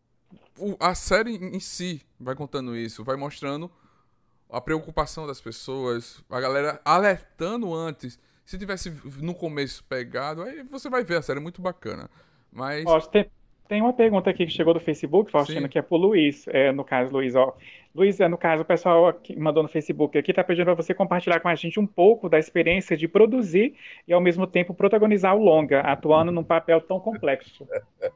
o- a série em si vai contando isso, vai mostrando a preocupação das pessoas, a galera alertando antes. Se tivesse no começo pegado, aí você vai ver, a série é muito bacana. Mas. Ó, tem, tem uma pergunta aqui que chegou do Facebook, Faustino, Sim. que é pro Luiz. É, no caso, Luiz, ó. Luiz, é, no caso, o pessoal que mandou no Facebook aqui tá pedindo para você compartilhar com a gente um pouco da experiência de produzir e, ao mesmo tempo, protagonizar o longa, atuando num papel tão complexo.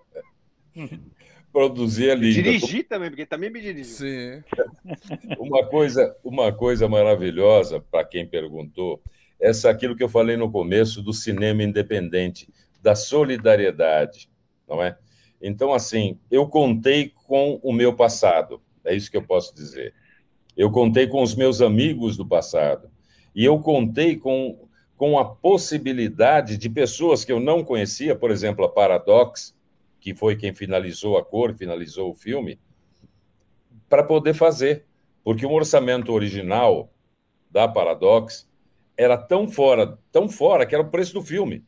Produzir é lindo. Dirigir também, porque também me dirigiu. Sim. Uma coisa, uma coisa maravilhosa, para quem perguntou, é aquilo que eu falei no começo do cinema independente, da solidariedade, não é? Então, assim, eu contei com o meu passado, é isso que eu posso dizer. Eu contei com os meus amigos do passado, e eu contei com, com a possibilidade de pessoas que eu não conhecia, por exemplo, a Paradox, que foi quem finalizou a cor, finalizou o filme, para poder fazer. Porque o orçamento original da Paradox era tão fora, tão fora, que era o preço do filme.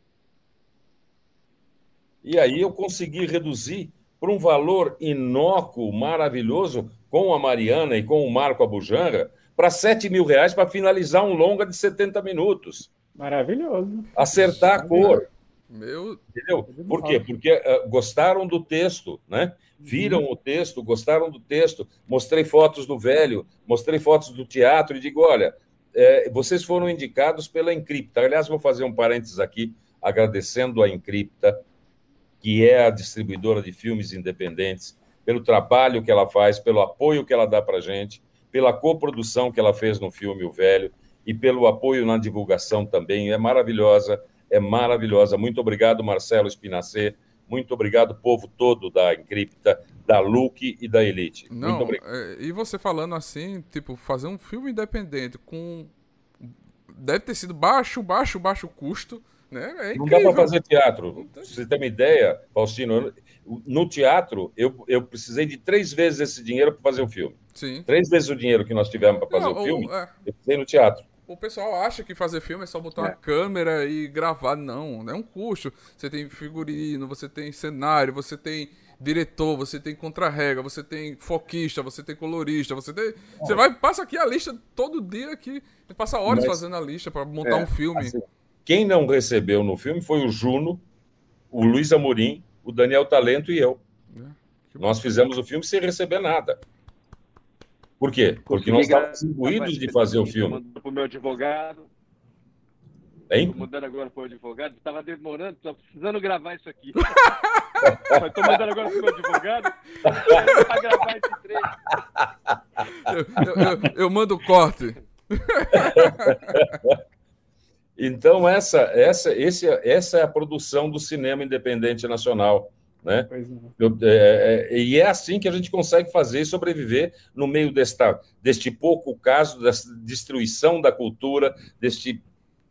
E aí eu consegui reduzir para um valor inócuo, maravilhoso, com a Mariana e com o Marco Abujanra, para sete mil reais para finalizar um longa de setenta minutos. Maravilhoso. Acertar a cor. Meu. Entendeu? Por quê? Porque uh, gostaram do texto, né? Viram o texto, gostaram do texto. Mostrei fotos do velho, mostrei fotos do teatro e digo, olha, é, vocês foram indicados pela Encripta. Aliás, vou fazer um parênteses aqui, agradecendo a Encripta, que é a distribuidora de filmes independentes, pelo trabalho que ela faz, pelo apoio que ela dá para a gente, pela coprodução que ela fez no filme O Velho e pelo apoio na divulgação também. É maravilhosa. É maravilhosa. Muito obrigado, Marcelo Espinacê. Muito obrigado, povo todo da Encripta, da Luke e da Elite. Muito Não, obrigado. é, e você falando assim, tipo, fazer um filme independente com. Deve ter sido baixo, baixo, baixo custo, né? É Não incrível. dá para fazer teatro. Pra você ter uma ideia, Faustino, eu- no teatro, eu, eu precisei de três vezes esse dinheiro para fazer o filme. Sim. Três vezes o dinheiro que nós tivemos para fazer Não, o filme, o, é, eu precisei no teatro. o pessoal acha que fazer filme é só botar uma É. câmera e gravar. Não, é um custo. Você tem figurino, você tem cenário, você tem diretor, você tem contra-rega, você tem foquista, você tem colorista, você tem. Você vai, passa aqui a lista todo dia aqui. Passa horas Mas- fazendo a lista para montar É, um filme. assim, Quem não recebeu no filme foi o Juno, o Luiz Amorim, o Daniel Talento e eu. É, que Nós fizemos o filme sem receber nada. Por quê? Porque nós estávamos imbuídos de fazer o filme. Mandou pro meu advogado. Hein? Estou mandando agora pro advogado. Estava demorando, estou precisando gravar isso aqui. Estou mandando agora pro meu advogado para gravar esse trecho. Eu, eu, eu, eu mando o corte. Então, essa, essa, esse, essa é a produção do cinema independente nacional. Né? Pois é. Eu, é, é, e é assim que a gente consegue fazer e sobreviver no meio desta, deste pouco caso, dessa destruição da cultura, deste,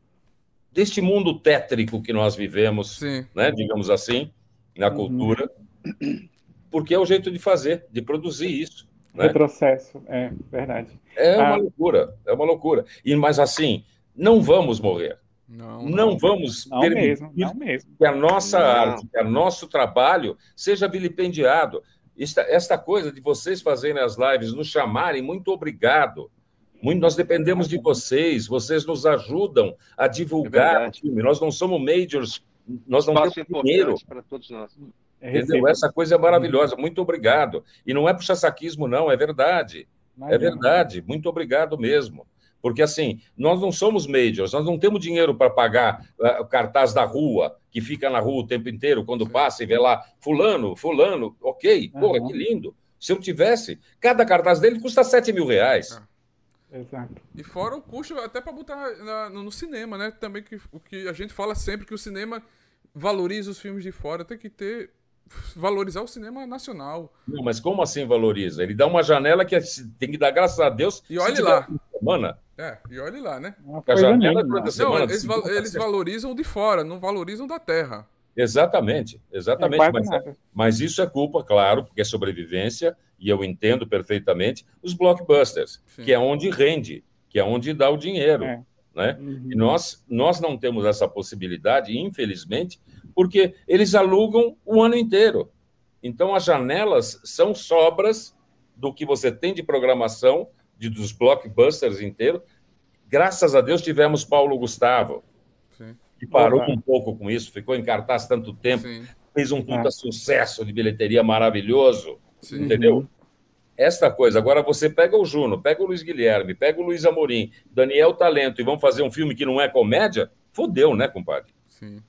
deste mundo tétrico que nós vivemos, né, digamos assim, na cultura, uhum. Porque é o jeito de fazer, de produzir isso. Né? Retrocesso, é verdade. É ah. uma loucura, é uma loucura. E, mas assim, não vamos morrer. Não, não, não vamos não permitir mesmo, não mesmo. que a nossa não. arte, que o nosso trabalho seja vilipendiado. Esta, esta coisa de vocês fazerem as lives, nos chamarem, muito obrigado. Muito, nós dependemos de vocês, vocês nos ajudam a divulgar é o filme. Nós não somos majors, nós não Espaço temos dinheiro. Para todos nós. Entendeu? Essa coisa é maravilhosa, muito obrigado. E não é puxa-saquismo, não, é verdade. Imagina. É verdade, muito obrigado mesmo. Porque, assim, nós não somos majors, nós não temos dinheiro para pagar uh, o cartaz da rua, que fica na rua o tempo inteiro, quando Sim. passa e vê lá, fulano, fulano, ok, uhum. Porra, que lindo. Se eu tivesse, cada cartaz dele custa sete mil reais. É. Exato. E fora o custo até para botar na, no, no cinema, né? Também que, o que a gente fala sempre, que o cinema valoriza os filmes de fora, tem que ter... valorizar o cinema nacional. Não, mas como assim valoriza? Ele dá uma janela que tem que dar graças a Deus. E olhe lá. Semana. É, e olhe lá, né? A janela durante a semana. Não, eles, val eles valorizam de fora, não valorizam da terra. Exatamente, exatamente. É, mas, é, mas isso é culpa, claro, porque é sobrevivência, e eu entendo perfeitamente, os blockbusters, Sim. que é onde rende, que é onde dá o dinheiro. É. Né? Uhum. E nós, nós não temos essa possibilidade, infelizmente, porque eles alugam o ano inteiro. Então, as janelas são sobras do que você tem de programação, de, dos blockbusters inteiros. Graças a Deus tivemos Paulo Gustavo, Sim. que parou Olá. um pouco com isso, ficou em cartaz tanto tempo, Sim. fez um puta ah. sucesso de bilheteria maravilhoso, Sim. entendeu? Uhum. Esta coisa, agora você pega o Juno, pega o Luiz Guilherme, pega o Luiz Amorim, Daniel Talento, e vamos fazer um filme que não é comédia? Fodeu, né, compadre? Sim.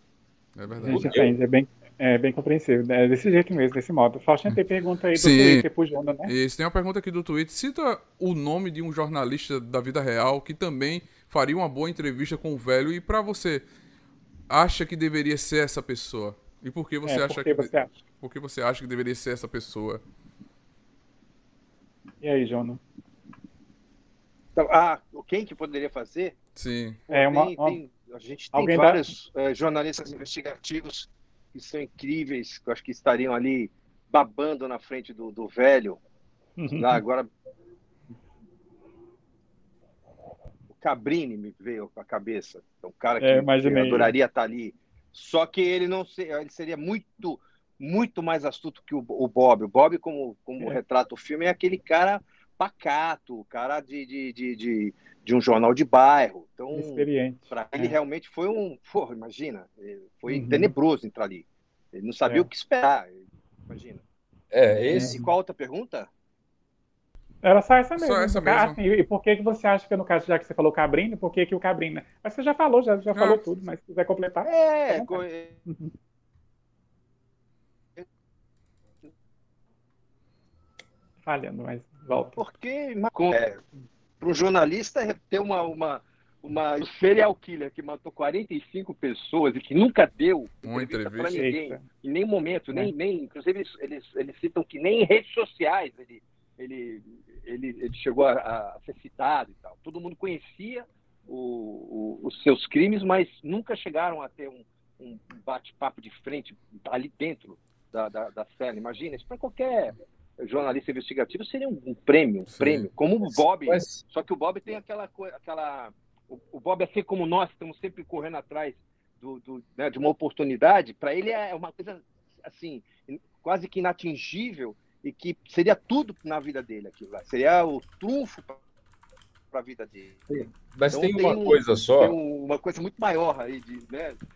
É verdade. Gente, entende, é bem, é bem compreensível. É desse jeito mesmo, desse modo. Faustinho tem pergunta aí do Sim. Twitter pro Juno, né? Isso, tem uma pergunta aqui do Twitter. Cita o nome de um jornalista da vida real que também faria uma boa entrevista com o velho. E pra você, acha que deveria ser essa pessoa? E por que você, é, acha, por que você acha? Por que você acha que deveria ser essa pessoa? E aí, Jono? Então, ah, quem que poderia fazer? Sim. É uma, tem, uma... tem, a gente tem vários dá... uh, jornalistas investigativos que são incríveis, que eu acho que estariam ali babando na frente do, do velho. Uhum. Lá, agora... O Cabrini me veio à cabeça. É um cara que, é, que eu adoraria estar ali. Só que ele não ser, ele seria muito... muito mais astuto que o, o Bob. O Bob, como, como é. retrata o filme, é aquele cara pacato, cara de, de, de, de, de um jornal de bairro. Então, para ele é. realmente foi um... Porra, imagina, foi uhum. tenebroso entrar ali. Ele não sabia é. o que esperar, imagina. É, esse... E qual a outra pergunta? Era só essa mesmo. Só essa mesmo. Assim, e por que, que você acha que, no caso, já que você falou Cabrini, por que, que o Cabrini... Mas você já falou, já, já ah. falou tudo, mas se quiser completar... É, tá uhum. falhando, mas volta. Porque é, para um jornalista ter uma, uma, uma serial killer que matou quarenta e cinco pessoas e que nunca deu uma entrevista para ninguém, Eita. em nenhum momento, nem, é. nem, inclusive eles, eles, eles citam que nem em redes sociais ele, ele, ele, ele chegou a, a ser citado e tal. Todo mundo conhecia o, o, os seus crimes, mas nunca chegaram a ter um, um bate-papo de frente ali dentro da, da, da cela. Imagina, isso para qualquer jornalista investigativo seria um, um prêmio, um Sim. prêmio, como o Bob, mas... só que o Bob tem aquela, aquela o, o Bob, assim como nós, estamos sempre correndo atrás do, do, né, de uma oportunidade, para ele é uma coisa assim, quase que inatingível e que seria tudo na vida dele aquilo lá, seria o trunfo para a vida dele. Mas então, tem uma tem um, coisa só. Tem uma coisa muito maior aí de, né?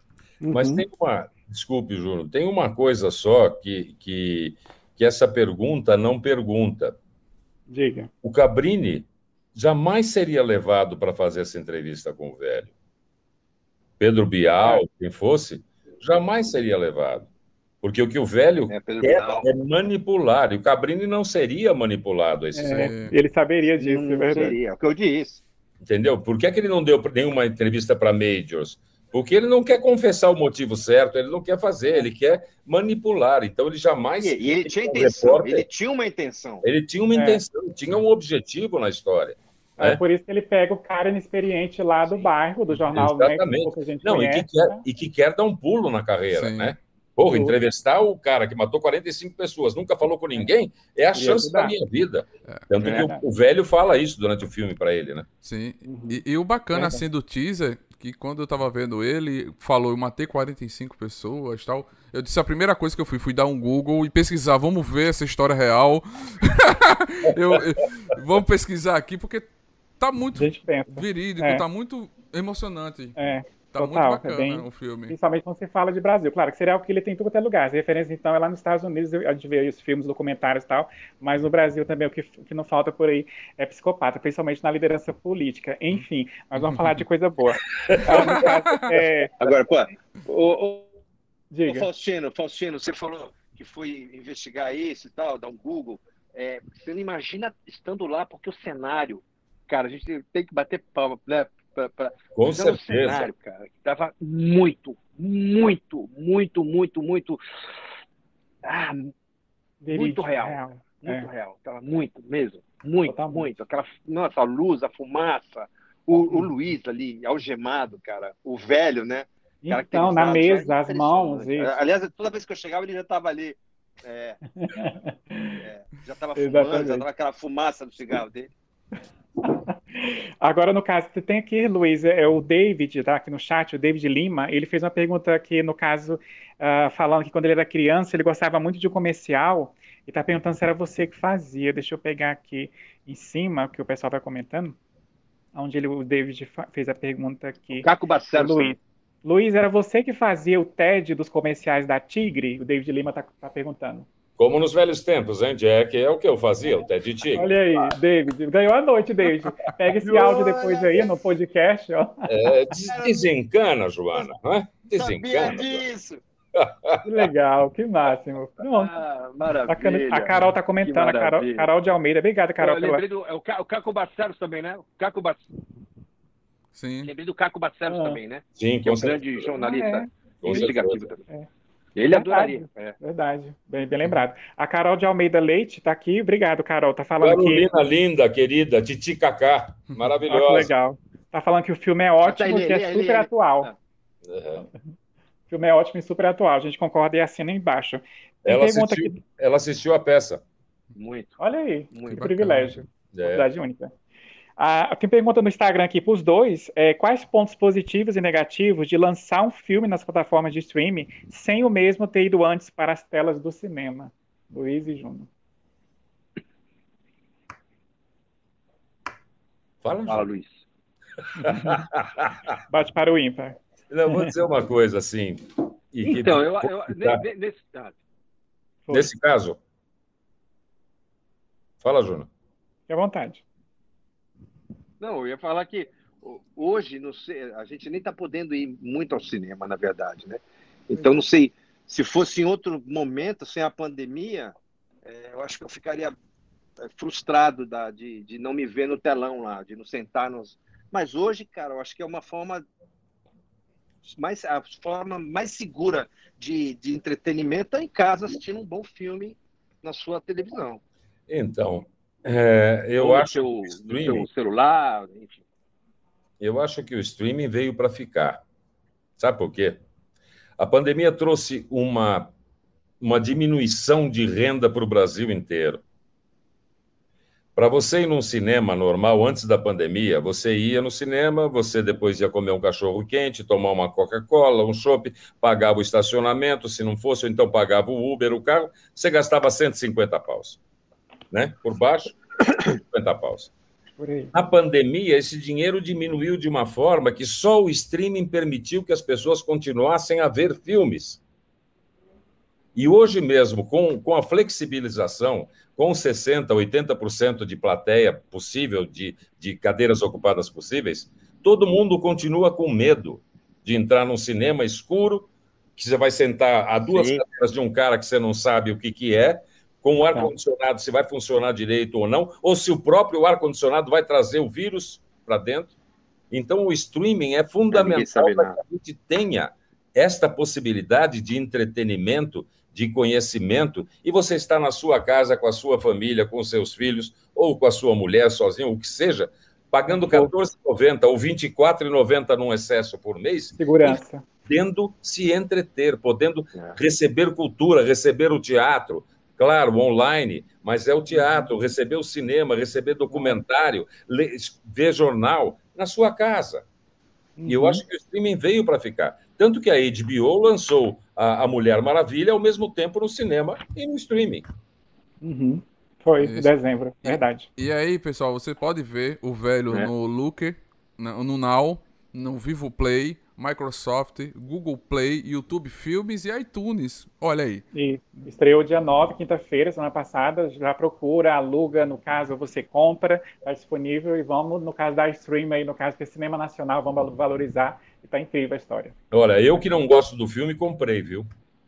Mas Uhum. tem uma... Desculpe, Júnior, tem uma coisa só que, que, que essa pergunta não pergunta. Diga. O Cabrini jamais seria levado para fazer essa entrevista com o velho. Pedro Ah, Bial, quem fosse, jamais seria levado. Porque o que o velho É, Pedro quer Bial. é manipular. E o Cabrini não seria manipulado a esses é, pontos. Sim. ele saberia disso, Não, é não verdade. seria. É o que eu disse. Entendeu? Por que, é que ele não deu nenhuma entrevista para Majors? Porque ele não quer confessar o motivo certo, ele não quer fazer, ele quer manipular. Então ele jamais. E, e ele tinha Um intenção. repórter, Ele tinha uma intenção. ele tinha uma É. intenção, tinha um objetivo na história. É Né? por isso que ele pega o cara inexperiente lá do bairro, do jornal, né, que Exatamente. pouca gente Não, e que, conhece. quer, Né? e que quer dar um pulo na carreira, Sim. né? Porra, Tudo. entrevistar o cara que matou quarenta e cinco pessoas, nunca falou com ninguém, é a Queria chance da ajudar. minha vida. Tanto É. que o, o velho fala isso durante o filme para ele, né? Sim. Uhum. E, e o bacana, Verdade. assim, do teaser, que quando eu tava vendo ele, falou, eu matei quarenta e cinco pessoas e tal. Eu disse, a primeira coisa que eu fui, fui dar um Google e pesquisar, vamos ver essa história real. eu, eu- vamos pesquisar aqui, porque tá A muito gente pensa. verídico, É. tá muito emocionante. É, Tá total, muito é bacana bem- o filme. principalmente quando se fala de Brasil. Claro que serial killer tem em tudo quanto é lugar. As referências, então, é lá nos Estados Unidos, a gente vê os filmes, documentários e tal, mas no Brasil também o que, o que não falta por aí é psicopata, principalmente na liderança política. Enfim, mas vamos falar de coisa boa. Ah, no caso, é, Agora, pô, o, o, o diga. Faustino, Faustino, você falou que foi investigar isso e tal, dar um Google. É, você não imagina estando lá, porque o cenário, cara, a gente tem que bater palma, né? Pra, pra, Com mas era um certeza. cenário, cara, que tava muito, muito, muito, muito, muito. Ah, muito Verídico, real. real. Muito É. real. Tava muito mesmo. Muito, Totalmente. muito. Aquela, nossa, a luz, a fumaça. O, o Hum. Luiz ali, algemado, cara. O velho, né? Então, na Caracterizado, mesa, já é as mãos, impressionante. isso. Aliás, toda vez que eu chegava, ele já estava ali. é, é, já estava fumando, Exatamente. já estava aquela fumaça do cigarro dele. Agora, no caso, você tem aqui, Luiz, é o David, tá aqui no chat, o David Lima, ele fez uma pergunta aqui, no caso, ah, falando que quando ele era criança, ele gostava muito de um comercial, e tá perguntando se era você que fazia. Deixa eu pegar aqui em cima, que o pessoal vai comentando, onde ele, o David fa- fez a pergunta aqui. Caco O Barcelos. Luiz. Luiz, era você que fazia o T E D dos comerciais da Tigre? O David Lima tá, tá perguntando. Como nos velhos tempos, hein, Jack? É o que eu fazia, o Ted Tigre. Olha aí, David, ganhou a noite, David. Pega esse áudio depois aí no podcast, ó. É, des- desencana, Joana, não é? Sabia Desencana. disso! Que legal, que máximo. Pronto. Ah, Bacana. maravilha. A Carol tá Que comentando, a Carol, maravilha. Carol de Almeida. Obrigado, Carol. Eu Pela... lembrei do é o, Ca- o Caco Barcelos também, né? O Caco Bar... Sim. Lembrei do Caco Barcelos Ah. também, né? Sim, Que é com um grande certeza. jornalista Ah, Com investigativo certeza. também. É. Ele Verdade. adoraria. É. Verdade, bem, bem lembrado. A Carol de Almeida Leite tá aqui. Obrigado, Carol. Tá falando que... Carolina linda, querida, Titi Cacá, Ó, que maravilhosa. legal. Tá falando que o filme é ótimo, ele, que é ele, super ele. atual. Ah. Uhum. O filme é ótimo e super atual. A gente concorda e assina embaixo. Tem Ela pergunta assistiu, aqui. ela assistiu a peça. Muito. Olha aí, Muito que bacana. privilégio. É. Oportunidade única. Ah, tem pergunta no Instagram aqui para os dois. É, quais pontos positivos e negativos de lançar um filme nas plataformas de streaming sem o mesmo ter ido antes para as telas do cinema? Luiz e Júnior. Fala, Fala, Ju. Luiz. Bate para o ímpar. Não, vou dizer uma coisa assim. e que- Então, eu, eu, ne- ne- nesse, ah, Foi. Nesse caso. Fala, Júnior. Fique à vontade. não, eu ia falar que ho- hoje não sei, a gente nem está podendo ir muito ao cinema, na verdade, né? Então, não sei, se fosse em outro momento, sem a pandemia, é, eu acho que eu ficaria é, frustrado da, de, de não me ver no telão lá, de não sentar nos... Mas hoje, cara, eu acho que é uma forma mais, a forma mais segura de, de entretenimento é em casa assistindo um bom filme na sua televisão. Então, é, eu Ou no acho seu, que o no streaming, seu celular, enfim. eu acho que o streaming veio para ficar. Sabe por quê? A pandemia trouxe uma, uma diminuição de renda para o Brasil inteiro. Para você ir num cinema normal, antes da pandemia, você ia no cinema, você depois ia comer um cachorro quente, tomar uma Coca-Cola, um chopp, pagava o estacionamento, se não fosse, ou então pagava o Uber, o carro, você gastava cento e cinquenta paus. Né? Por baixo, cinquenta paus. Por aí. Na pandemia, esse dinheiro diminuiu de uma forma que só o streaming permitiu que as pessoas continuassem a ver filmes. E hoje mesmo, com, com a flexibilização, com sessenta por cento, oitenta por cento de plateia possível, de, de cadeiras ocupadas possíveis, todo mundo continua com medo de entrar num cinema escuro, que você vai sentar a duas Sim. cadeiras de um cara que você não sabe o que, que é, com o ar-condicionado, se vai funcionar direito ou não, ou se o próprio ar-condicionado vai trazer o vírus para dentro. Então, o streaming é fundamental para que a gente tenha esta possibilidade de entretenimento, de conhecimento, e você está na sua casa com a sua família, com os seus filhos, ou com a sua mulher sozinho, o que seja, pagando quatorze reais e noventa centavos ou vinte e quatro reais e noventa centavos num excesso por mês. Segurança. Podendo se entreter, podendo receber cultura, receber o teatro, claro, online, mas é o teatro, receber o cinema, receber documentário, ler, ver jornal na sua casa. Uhum. E eu acho que o streaming veio para ficar. Tanto que a H B O lançou a, a Mulher Maravilha ao mesmo tempo no cinema e no streaming. Uhum. Foi, em dezembro, e, verdade. E aí, pessoal, você pode ver o velho é. no Looker, no, no Now, no Vivo Play, Microsoft, Google Play, YouTube Filmes e iTunes. Olha aí. E estreou dia nove, quinta-feira, semana passada. Já procura, aluga, no caso você compra, está disponível. E vamos, no caso da stream aí, no caso que é cinema nacional, vamos valorizar. E tá incrível a história. Olha, eu que não gosto do filme, comprei, viu?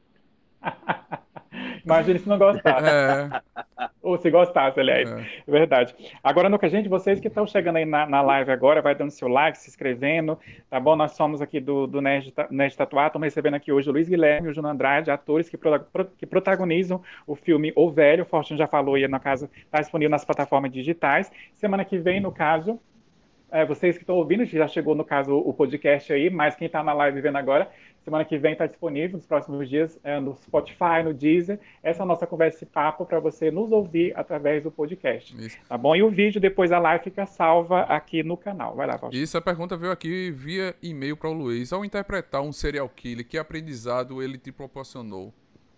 Imagina se não gostasse. É. Ou se gostasse, aliás. É. Verdade. Agora, Nuca, gente, vocês que estão chegando aí na, na live agora, vai dando seu like, se inscrevendo, tá bom? Nós somos aqui do, do Nerd, Nerd Tatuado, estamos recebendo aqui hoje o Luiz Guilherme e o Juno Andrade, atores que, pro, que protagonizam o filme O Velho. O Fortune já falou aí, no caso, está disponível nas plataformas digitais. Semana que vem, no caso, é, vocês que estão ouvindo, já chegou, no caso, o podcast aí, mas quem está na live vendo agora, semana que vem está disponível, nos próximos dias, é, no Spotify, no Deezer. Essa é a nossa conversa e papo para você nos ouvir através do podcast. Isso. Tá bom? E o vídeo, depois a live, fica salva aqui no canal. Vai lá, Paulo. Isso, a pergunta veio aqui via e-mail para o Luiz. Ao interpretar um serial killer, que aprendizado ele te proporcionou?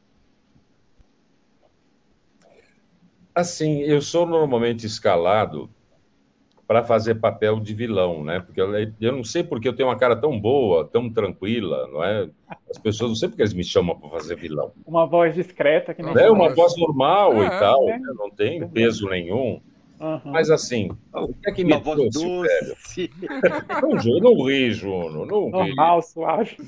Assim, eu sou normalmente escalado para fazer papel de vilão, né? Porque eu, eu não sei porque eu tenho uma cara tão boa, tão tranquila, não é? As pessoas não sei porque eles me chamam para fazer vilão. Uma voz discreta que nem é uma voz normal é, e tal, é, né? Não tem é, peso nenhum. Uhum. Mas assim, o que é que me voz trouxe, doce. velho? Não, não ri, Juno, não normal, ri. suave.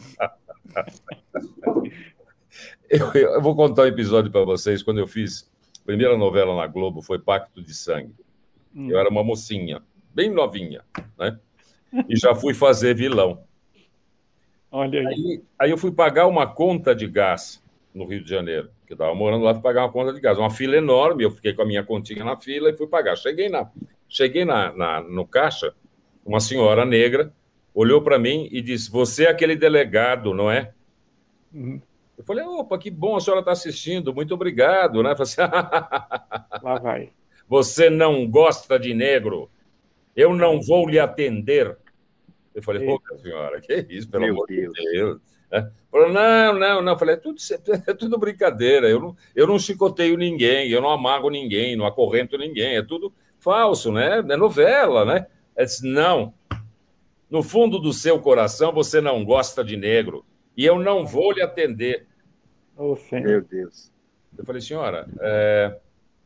eu, eu vou contar um episódio para vocês. Quando eu fiz a primeira novela na Globo, foi Pacto de Sangue. Hum. Eu era uma mocinha, bem novinha, né? E já fui fazer vilão. Olha aí. aí. Aí eu fui pagar uma conta de gás no Rio de Janeiro, que eu estava morando lá, fui pagar uma conta de gás. Uma fila enorme, eu fiquei com a minha continha na fila e fui pagar. Cheguei, na, cheguei na, na, no caixa, uma senhora negra olhou para mim e disse, você é aquele delegado, não é? Uhum. Eu falei, opa, que bom, a senhora está assistindo, muito obrigado, né? Eu falei assim, lá vai. Você não gosta de negro, eu não vou lhe atender. Eu falei, pô, senhora, que isso, pelo Meu amor Deus. de Deus. É. Falou, não, não, não. Eu falei, é tudo, é tudo brincadeira, eu não, eu não chicoteio ninguém, eu não amargo ninguém, não acorrento ninguém, é tudo falso, né? É novela, né? Ela disse, não, no fundo do seu coração você não gosta de negro e eu não vou lhe atender. Oh, meu Deus. Eu falei, senhora, é...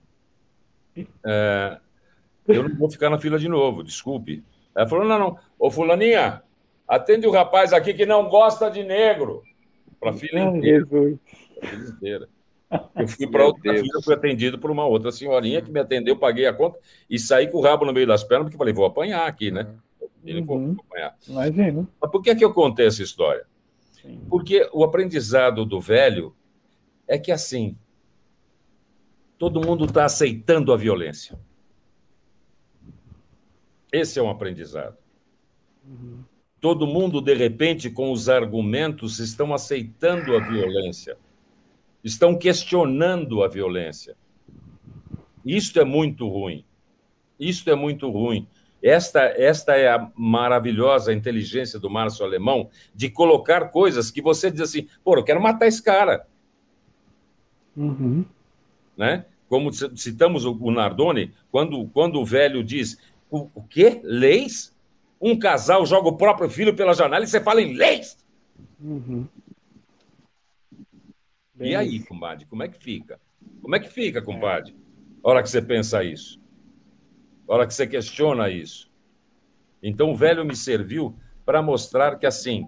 É... eu não vou ficar na fila de novo, desculpe. Ela falou, não, não. Ô, fulaninha, atende o rapaz aqui que não gosta de negro. Para a fila inteira. Pra fila inteira. Eu fui para outra Deus. fila, fui atendido por uma outra senhorinha que me atendeu, paguei a conta e saí com o rabo no meio das pernas, porque falei, vou apanhar aqui, né? Ele uhum. vou, vou apanhar. Imagina. Mas por que, é que eu contei essa história? Sim. Porque o aprendizado do velho é que, assim, todo mundo está aceitando a violência. Esse é um aprendizado. Uhum. Todo mundo, de repente, com os argumentos, estão aceitando a violência. Estão questionando a violência. Isto é muito ruim. Isto é muito ruim. Esta, esta é a maravilhosa inteligência do Márcio Alemão de colocar coisas que você diz assim, pô, eu quero matar esse cara. Uhum. Né? Como citamos o Nardoni, quando, quando o velho diz... O, o quê? Leis? Um casal joga o próprio filho pela janela e você fala em leis? Uhum. E aí, compadre, como é que fica? Como é que fica, compadre? A hora que você pensa isso. A hora que você questiona isso. Então, o velho me serviu para mostrar que, assim,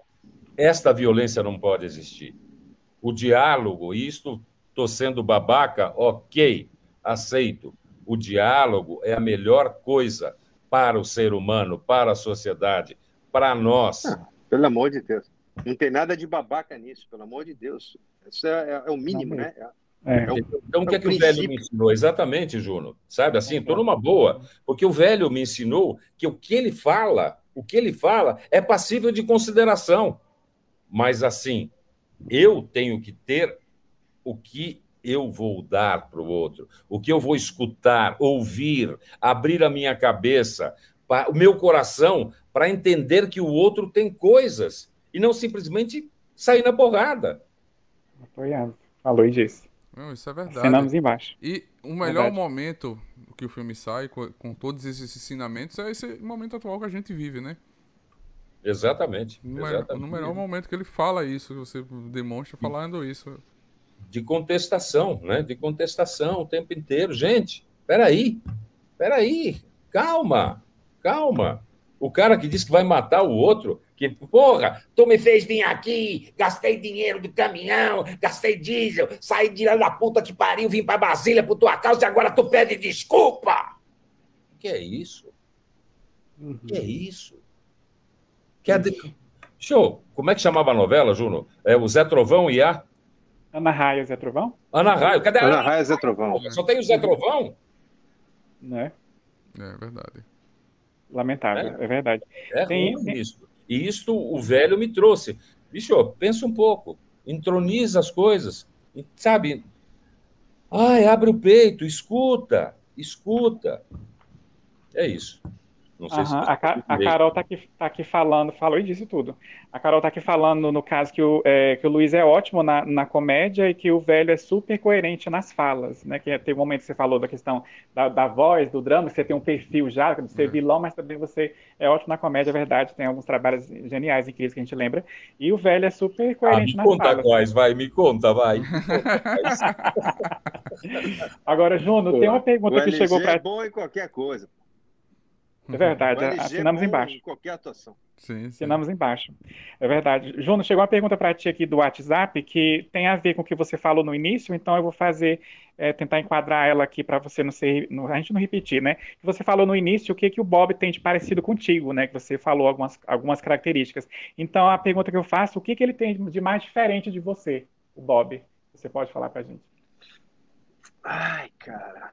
esta violência não pode existir. O diálogo, isto, estou sendo babaca, ok, aceito. O diálogo é a melhor coisa para o ser humano, para a sociedade, para nós. Ah, pelo amor de Deus. Não tem nada de babaca nisso, pelo amor de Deus. Isso é, é, é o mínimo, né? É. É o, então, o que é é o que o velho me ensinou? Exatamente, Juno. Sabe assim, estou numa boa. Porque o velho me ensinou que o que ele fala, o que ele fala é passível de consideração. Mas, assim, eu tenho que ter o que eu vou dar para o outro, o que eu vou escutar, ouvir, abrir a minha cabeça, o meu coração, para entender que o outro tem coisas e não simplesmente sair na porrada. Apoiado. Falou e disse. Não, isso é verdade. Assinamos embaixo. E o melhor verdade. momento que o filme sai, com, com todos esses ensinamentos, é esse momento atual que a gente vive, né? Exatamente. No, exatamente. no melhor momento que ele fala isso, que você demonstra falando isso. De contestação, né? De contestação o tempo inteiro. Gente, peraí, peraí, calma, calma. O cara que diz que vai matar o outro, que, porra, tu me fez vir aqui, gastei dinheiro do caminhão, gastei diesel, saí de lá da puta que pariu, vim pra Brasília por tua causa e agora tu pede desculpa. Que é isso? Uhum. Que é isso? Que é de... Show, como é que chamava a novela, Juno? É o Zé Trovão e a... Ana Raia, Zé Trovão? Ana Raia, cadê a Ana Raia, Zé Trovão? Só tem o Zé Trovão? Né? É verdade. Lamentável, é, é verdade. É tem, ruim tem... isso. E isso o velho me trouxe. Bicho, pensa um pouco. Entroniza as coisas. Sabe? Ai, abre o peito, escuta, escuta. É isso. Não sei uhum. se a, Ca a Carol tá aqui, tá aqui falando, falou e disse tudo. A Carol tá aqui falando, no caso, que o, é, que o Luiz é ótimo na, na comédia e que o velho é super coerente nas falas, né? Que tem um momento que você falou da questão da, da voz, do drama, que você tem um perfil já de ser vilão, mas também você é ótimo na comédia, é verdade. Tem alguns trabalhos geniais, incríveis que a gente lembra. E o velho é super coerente ah, nas conta falas. Quais, vai, me conta, vai. Agora, Juno, Pô, tem uma pergunta que chegou para... é bom em qualquer coisa. É verdade, assinamos é embaixo. Em qualquer atuação. Sim, sim. Assinamos embaixo. É verdade. Juno, chegou uma pergunta para ti aqui do WhatsApp que tem a ver com o que você falou no início, então eu vou fazer, é, tentar enquadrar ela aqui para você não ser, não, a gente não repetir, né? Que você falou no início o que, que o Bob tem de parecido contigo, né? Que você falou algumas, algumas características. Então a pergunta que eu faço, o que, que ele tem de mais diferente de você, o Bob? Você pode falar para a gente? Ai, cara.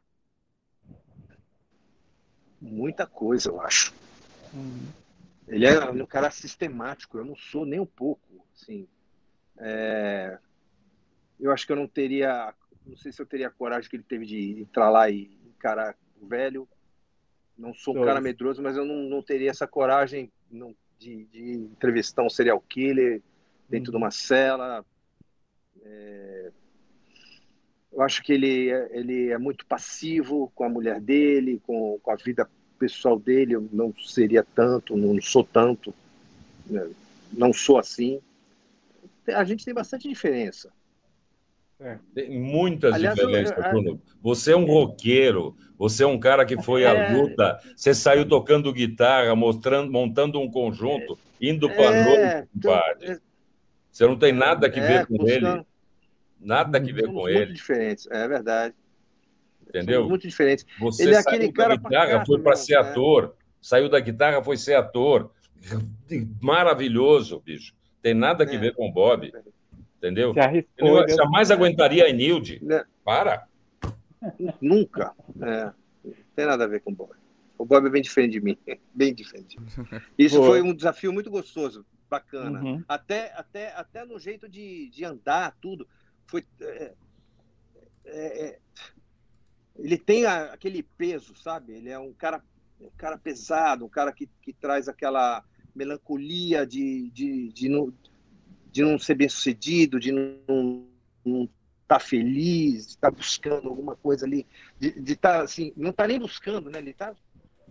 Muita coisa, eu acho. Hum. Ele é um cara sistemático, eu não sou nem um pouco, assim. É... Eu acho que eu não teria, não sei se eu teria a coragem que ele teve de entrar lá e encarar o velho. Não sou um Dois. cara medroso, mas eu não, não teria essa coragem não, de, de entrevistar um serial killer dentro hum. de uma cela. É... Eu acho que ele, ele é muito passivo com a mulher dele, com, com a vida pessoal dele. Eu não seria tanto, não sou tanto, né? Não sou assim. A gente tem bastante diferença. É. Tem muitas Aliás, diferenças, eu, eu, Bruno. Você é um roqueiro, você é um cara que foi é... à luta, você saiu tocando guitarra, mostrando, montando um conjunto, indo para a é... noite, compadre. É... Você não tem nada que ver com buscando... ele. Nada que ver Somos com muito ele. diferentes, é verdade. Entendeu? Somos muito diferentes. Você ele é saiu aquele da cara guitarra, foi para ser né? ator. Saiu da guitarra, foi ser ator. Maravilhoso, bicho. Tem nada que é. ver com o Bob. Entendeu? Arriscou, eu jamais aguentaria a Nilde. É. Para. Nunca. É. Não tem nada a ver com o Bob. O Bob é bem diferente de mim. Bem diferente. Isso Boa. Foi um desafio muito gostoso. Bacana. Uhum. Até, até, até no jeito de, de andar, tudo. Foi, é, é, ele tem a, aquele peso, sabe? Ele é um cara, um cara pesado, um cara que, que traz aquela melancolia de, de, de, não, de não ser bem sucedido, de não estar tá feliz, de estar tá buscando alguma coisa ali, de estar tá, assim, não está nem buscando, né? Ele está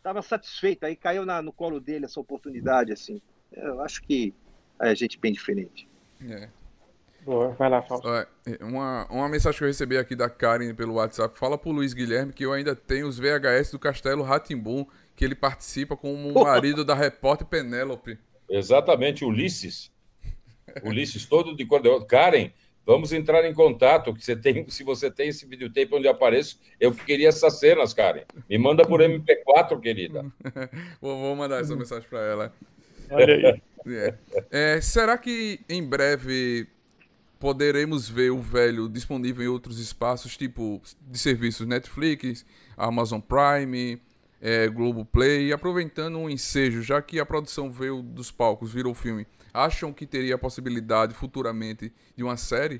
estava satisfeito. Aí caiu na, no colo dele essa oportunidade, assim. Eu acho que é gente bem diferente. É. Boa, vai lá, Fausto. Ó, Uma, uma mensagem que eu recebi aqui da Karen pelo WhatsApp. Fala pro Luiz Guilherme que eu ainda tenho os V H S do Castelo Rá-Tim-Bum, que ele participa como o marido da repórter Penélope. Exatamente, Ulisses. Ulisses todo de cor de ouro. Karen, vamos entrar em contato. Que você tem, se você tem esse videotape onde eu apareço, eu queria essas cenas, Karen. Me manda por M P quatro, querida. vou, vou mandar essa mensagem pra ela. Olha aí. É. É, será que em breve poderemos ver o velho disponível em outros espaços, tipo de serviços Netflix, Amazon Prime, é, Globoplay, aproveitando um ensejo, já que a produção veio dos palcos, virou filme, acham que teria a possibilidade futuramente de uma série?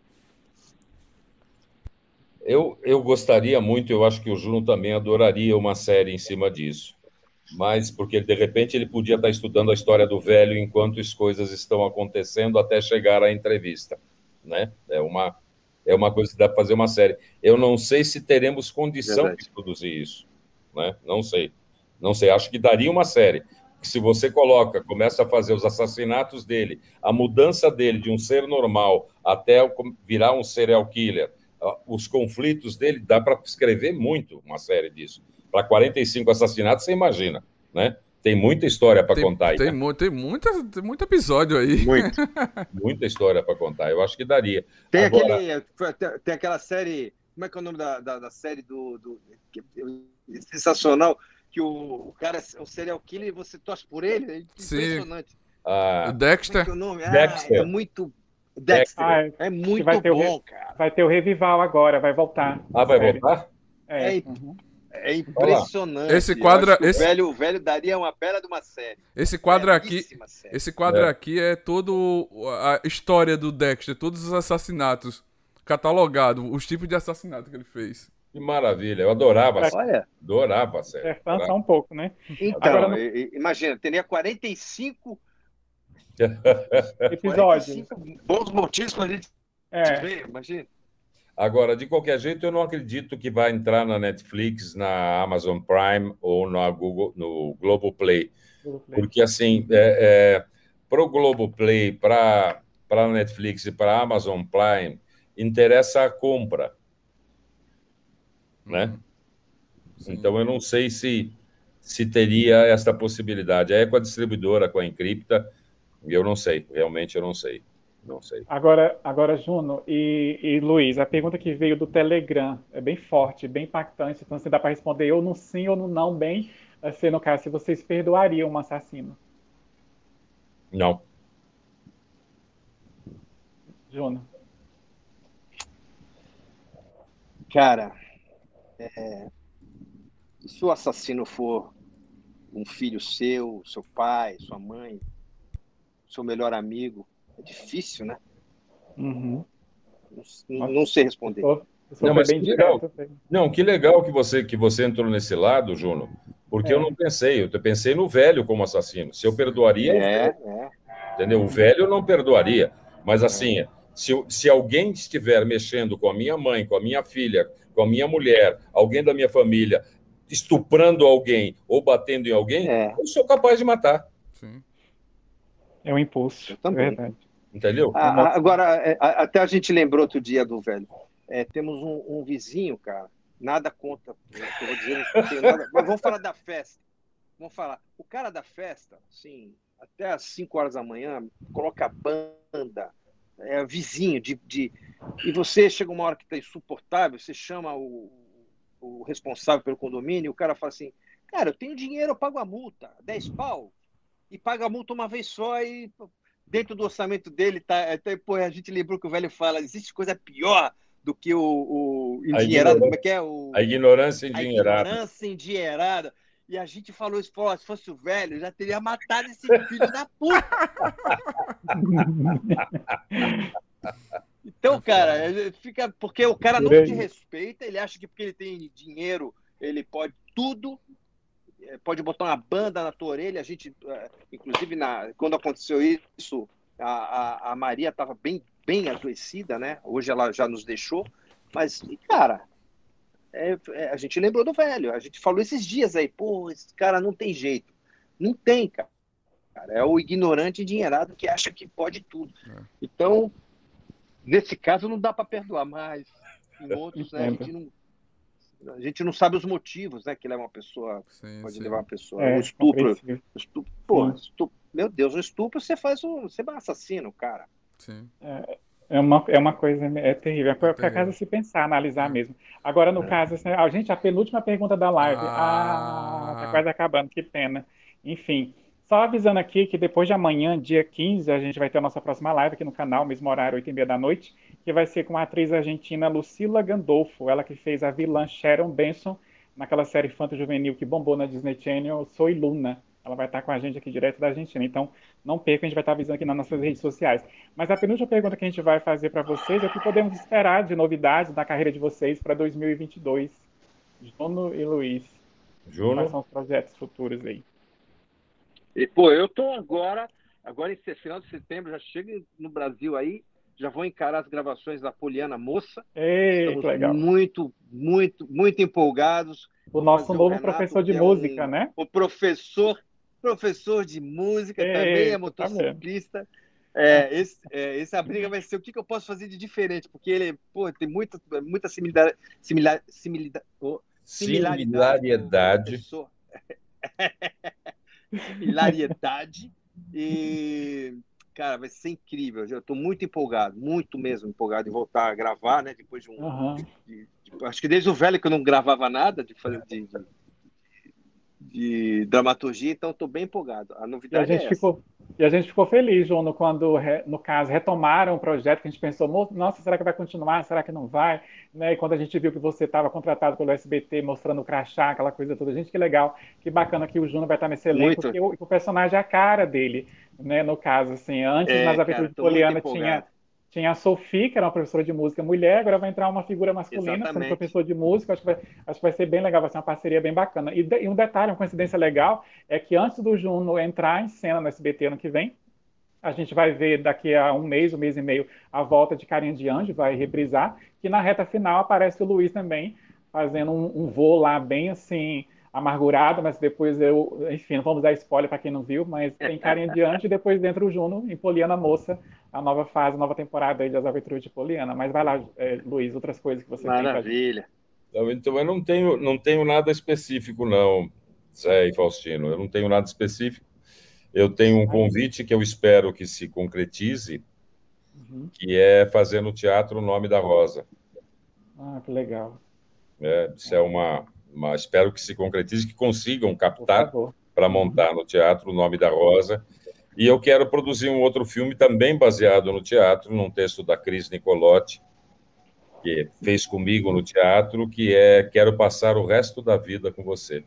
Eu, eu gostaria muito, eu acho que o Juno também adoraria uma série em cima disso. Mas porque, de repente, ele podia estar estudando a história do velho enquanto as coisas estão acontecendo até chegar à entrevista, né? É uma, é uma coisa que dá para fazer uma série. Eu não sei se teremos condição Verdade. de produzir isso, né? Não sei. Não sei, acho que daria uma série. Se você coloca, começa a fazer os assassinatos dele, a mudança dele de um ser normal até virar um serial killer, os conflitos dele, dá para escrever muito uma série disso. Para quarenta e cinco assassinatos, você imagina, né? Tem muita história para contar aí. Tem, Né? mu tem, muita, tem muito episódio aí. Muito. Muita história para contar. Eu acho que daria. Tem, Agora... aquele, tem, tem aquela série... Como é que é o nome da, da, da série do... do que, sensacional, que o, o cara é um serial killer e você torce por ele. É impressionante. Ah, o Dexter. Como é, que é o nome? Dexter. Ah, é muito... Dexter. Ah, é, é muito vai ter bom, o, cara. Vai ter o Revival agora, vai voltar. Ah, vai série. voltar? É. É, Uhum. é impressionante. Esse quadro, Eu acho que esse... O, velho, o velho daria uma bela de uma série. Esse quadro aqui, Belíssima série. esse quadro É. aqui é todo a história do Dexter, todos os assassinatos catalogado, os tipos de assassinato que ele fez. Que maravilha. Eu adorava. É. Olha, Adorava a série. É fã só um pouco, né? então, Agora, no- i- i- imagina, teria quarenta e cinco, episódios. quarenta e cinco bons motivos para a gente É. ver, imagina. Agora, de qualquer jeito, eu não acredito que vai entrar na Netflix, na Amazon Prime ou na Google, no Globoplay. Porque, assim, é, é, para o Globoplay, para a Netflix e para a Amazon Prime, interessa a compra. Né? Sim. Então, eu não sei se, se teria essa possibilidade. Aí é com a distribuidora, com a Encripta, eu não sei. Realmente, eu não sei. Não sei. Agora, agora Juno e, e Luiz, a pergunta que veio do Telegram é bem forte, bem impactante, então você dá para responder ou no sim ou no não, bem, assim, no caso, se vocês perdoariam um assassino. Não. Juno. Cara, é, se o assassino for um filho seu, seu pai, sua mãe, seu melhor amigo, é difícil, né? Uhum. Não, não sei responder. Eu sou Não, mas bem que legal. direto. Não, que legal que você, que você entrou nesse lado, Juno, porque É. eu não pensei, eu pensei no velho como assassino. Se eu perdoaria, o É, velho, é. entendeu? O velho eu não perdoaria. Mas assim, se, eu- se alguém estiver mexendo com a minha mãe, com a minha filha, com a minha mulher, alguém da minha família, estuprando alguém ou batendo em alguém, É. eu sou capaz de matar, Sim. É um impulso, Eu também. verdade. entendeu? A- a- agora, é, a- até a gente lembrou outro dia do velho. É, temos um, um vizinho, cara, nada contra, eu vou dizer, não tenho nada, mas vamos falar da festa. Vamos falar. O cara da festa, assim, até às cinco horas da manhã, coloca banda, é vizinho, de, de... e você chega uma hora que está insuportável, você chama o, o responsável pelo condomínio, e o cara fala assim, cara, eu tenho dinheiro, eu pago a multa, dez pau, e paga a multa uma vez só e dentro do orçamento dele, tá, até, pô, a gente lembrou que o velho fala, existe coisa pior do que o, o endinheirado, como é que é? O, A ignorância a endinheirada. ignorância endinheirada. E a gente falou isso, falou, se fosse o velho, já teria matado esse filho da puta. Então, cara, ele fica, porque o cara não te respeita, ele acha que porque ele tem dinheiro, ele pode tudo, pode botar uma banda na tua orelha. A gente, inclusive, na, quando aconteceu isso, a, a, a Maria estava bem, bem adoecida, né? Hoje ela já nos deixou. Mas, cara, é, é, a gente lembrou do velho. A gente falou esses dias aí, pô, esse cara não tem jeito. Não tem, cara. É o ignorante endinheirado que acha que pode tudo. É. Então, nesse caso, não dá para perdoar, mas em outros, né, a gente não, a gente não sabe os motivos, né, que leva uma pessoa, Sim, pode sim. levar uma pessoa. É, O estupro, compreensível. o estupro, pô, Sim. estupro, meu Deus, o estupro você faz um, você é um assassino, cara. Sim. É uma, é uma coisa é terrível. É É para casa terrível. se pensar, analisar É. mesmo. Agora, no É. caso, assim, a gente, a penúltima pergunta da live. Ah, tá Ah, quase acabando, que pena. Enfim, só avisando aqui que depois de amanhã, dia quinze, a gente vai ter a nossa próxima live aqui no canal, mesmo horário, oito e meia da noite, que vai ser com a atriz argentina Lucila Gandolfo, ela que fez a vilã Sharon Benson naquela série infanto-juvenil que bombou na Disney Channel, Soy Luna. Ela vai estar com a gente aqui direto da Argentina. Então, não perca, a gente vai estar avisando aqui nas nossas redes sociais. Mas a penúltima pergunta que a gente vai fazer para vocês é o que podemos esperar de novidades da carreira de vocês para dois mil e vinte e dois. Jono e Luiz, quais Juno? são os projetos futuros aí? E, pô, eu tô agora, agora em final de setembro, já chego no Brasil aí, já vou encarar as gravações da Poliana Moça. Ei, que Estamos legal. muito, muito, muito empolgados. O Vou nosso fazer o novo Renato, professor de que é música, um né? o professor, professor de música, também é Ei, tá vendo? motociclista. É, esse, é, essa briga vai ser o que, que eu posso fazer de diferente, porque ele, pô, tem muita, muita similar, similar, similar, oh, similaridade com o Similariedade. professor. Similaridade. E, cara, vai ser incrível. Eu estou muito empolgado, muito mesmo empolgado em voltar a gravar, né? Depois de um. Aham. De, de, acho que desde o velho que eu não gravava nada de, fazer- de, de, de dramaturgia, então estou bem empolgado. A E a novidade é gente essa. ficou, e a gente ficou feliz, Jono, quando, re- no caso, retomaram o projeto, que a gente pensou, "Mo- nossa, será que vai continuar? Será que não vai?" Né? E quando a gente viu que você estava contratado pelo S B T, mostrando o crachá, aquela coisa toda, gente, que legal, que bacana que o Juno vai estar nesse elenco, Muito. porque o, o personagem é a cara dele, né? No caso, assim, antes, nas É, cara, Aventuras de estou muito Poliana, tinha, empolgado. tinha a Sophie, que era uma professora de música mulher, agora vai entrar uma figura masculina, sendo Exatamente. professor de música, acho que vai, acho que vai ser bem legal, vai ser uma parceria bem bacana. E, de- e um detalhe, uma coincidência legal, é que antes do Juno entrar em cena no S B T ano que vem, a gente vai ver daqui a um mês, um mês e meio, a volta de Carinha de Anjo, vai reprisar, que na reta final aparece o Luiz também, fazendo um, um voo lá bem assim, amargurado, mas depois eu, enfim, não vamos dar spoiler para quem não viu, mas tem Carinha de Anjo e depois dentro o Juno em Poliana Moça, a nova fase, a nova temporada aí das Aventuras de Poliana. Mas vai lá, é, Luiz, outras coisas que você tem pra gente. Maravilha. Então, então, eu não tenho, não tenho nada específico, não, Zé e Faustino. Eu não tenho nada específico. Eu tenho um Ai, convite que eu espero que se concretize, uhum. que é fazer no teatro o Nome da Rosa. Ah, que legal. Né? Isso é uma, uma. Espero que se concretize, que consigam Por captar favor. para Uhum. montar no teatro o Nome da Rosa. E eu quero produzir um outro filme também baseado no teatro, num texto da Cris Nicolotti, que fez comigo no teatro, que é Quero Passar o Resto da Vida com Você.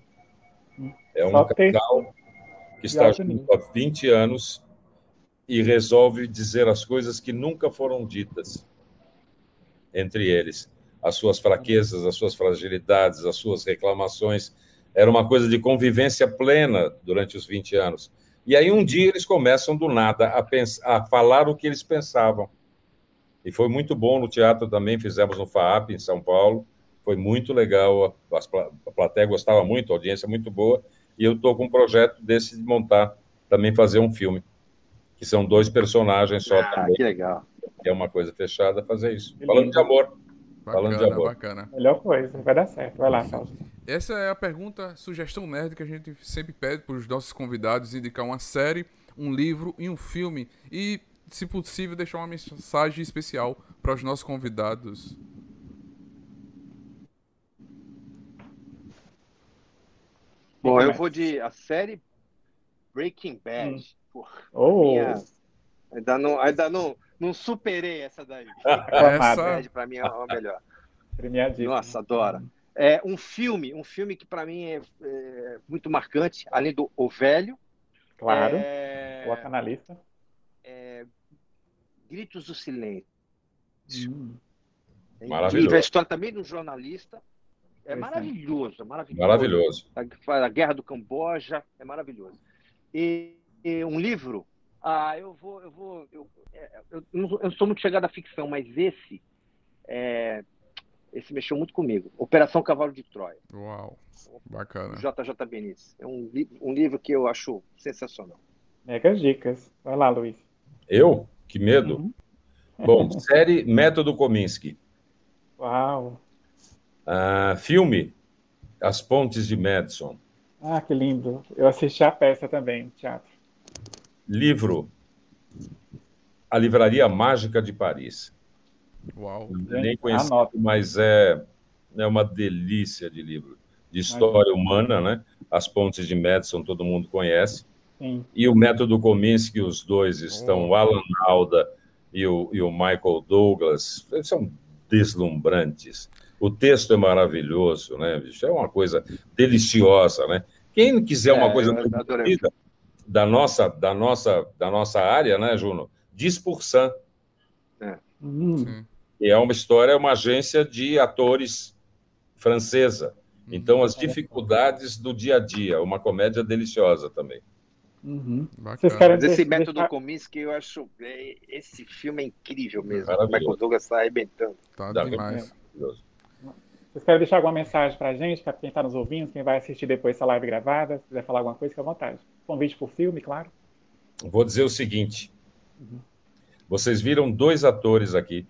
É um Só texto casal que de está alto junto nível. há vinte anos e resolve dizer as coisas que nunca foram ditas entre eles. As suas fraquezas, as suas fragilidades, as suas reclamações. Era uma coisa de convivência plena durante os vinte anos. E aí um dia eles começam do nada a, pensar, a falar o que eles pensavam. E foi muito bom no teatro também, fizemos no FAAP, em São Paulo. Foi muito legal, a, a plateia gostava muito, a audiência muito boa. E eu estou com um projeto desse de montar, também fazer um filme, que são dois personagens só Ah, também, que legal. que é uma coisa fechada, fazer isso. Que Falando de lindo. amor, falando de bacana, amor. bacana. Melhor coisa. Vai dar certo. Vai lá, Sim. Fausto. Essa é a pergunta, sugestão nerd que a gente sempre pede para os nossos convidados indicar uma série, um livro e um filme. E, se possível, deixar uma mensagem especial para os nossos convidados. Quem Bom, eu começa? vou de a série Breaking Bad. Hum. Pô, pra mim, Oh, é- ainda não, ainda não, não superei essa daí. Breaking aclamada. Essa, Bad, pra mim, é a melhor. Premiadíssima. Nossa, adoro. Hum. É um filme, um filme que para mim é, é muito marcante, além do O Velho, Claro. é, Coloca na lista. é Gritos do Silêncio. Hum. É incrível. A Maravilhoso, história também do jornalista é Interessante. maravilhoso, é maravilhoso. maravilhoso. A, a Guerra do Camboja é maravilhoso. E, e um livro, ah, eu vou, eu vou, eu, é, eu, não, eu não sou muito chegado à ficção, mas esse é, esse mexeu muito comigo. Operação Cavalo de Troia, Uau, do bacana. J J. Benítez. É um, li- um livro que eu acho sensacional. Mega dicas. Vai lá, Luiz. Eu? Que medo. Uhum. Bom, série Método Kominsky. Uau. Ah, filme As Pontes de Madison. Ah, que lindo. Eu assisti a peça também, no teatro. Livro A Livraria Mágica de Paris. Uau. Nem Gente, conhecido, anota. mas é, é uma delícia de livro. De história humana, né? As Pontes de Madison todo mundo conhece. Sim. E o Método Kominsky, os dois estão, Oh. o Alan Alda e o, e o Michael Douglas, eles são deslumbrantes. O texto é maravilhoso, né, bicho? É uma coisa deliciosa, né? Quem quiser uma É, coisa eu muito adorei o bonita da nossa, da nossa, da nossa área, né, Juno? Diz por Sam, Hum. Sim. que é uma história, é uma agência de atores francesa. Então, as Olha só. dificuldades do dia a dia, uma comédia deliciosa também. Uhum. Bacana. Vocês querem Mas esse deixar- método deixar- Kominsky, eu acho. é, Esse filme é incrível mesmo. O Maravilhoso. Michael Douglas está arrebentando. Tá Dá- demais. Maravilhoso. Vocês querem deixar alguma mensagem pra gente, para quem está nos ouvindo, quem vai assistir depois essa live gravada? Se quiser falar alguma coisa, fica à vontade. Convite por filme, claro. Vou dizer o seguinte: vocês viram dois atores aqui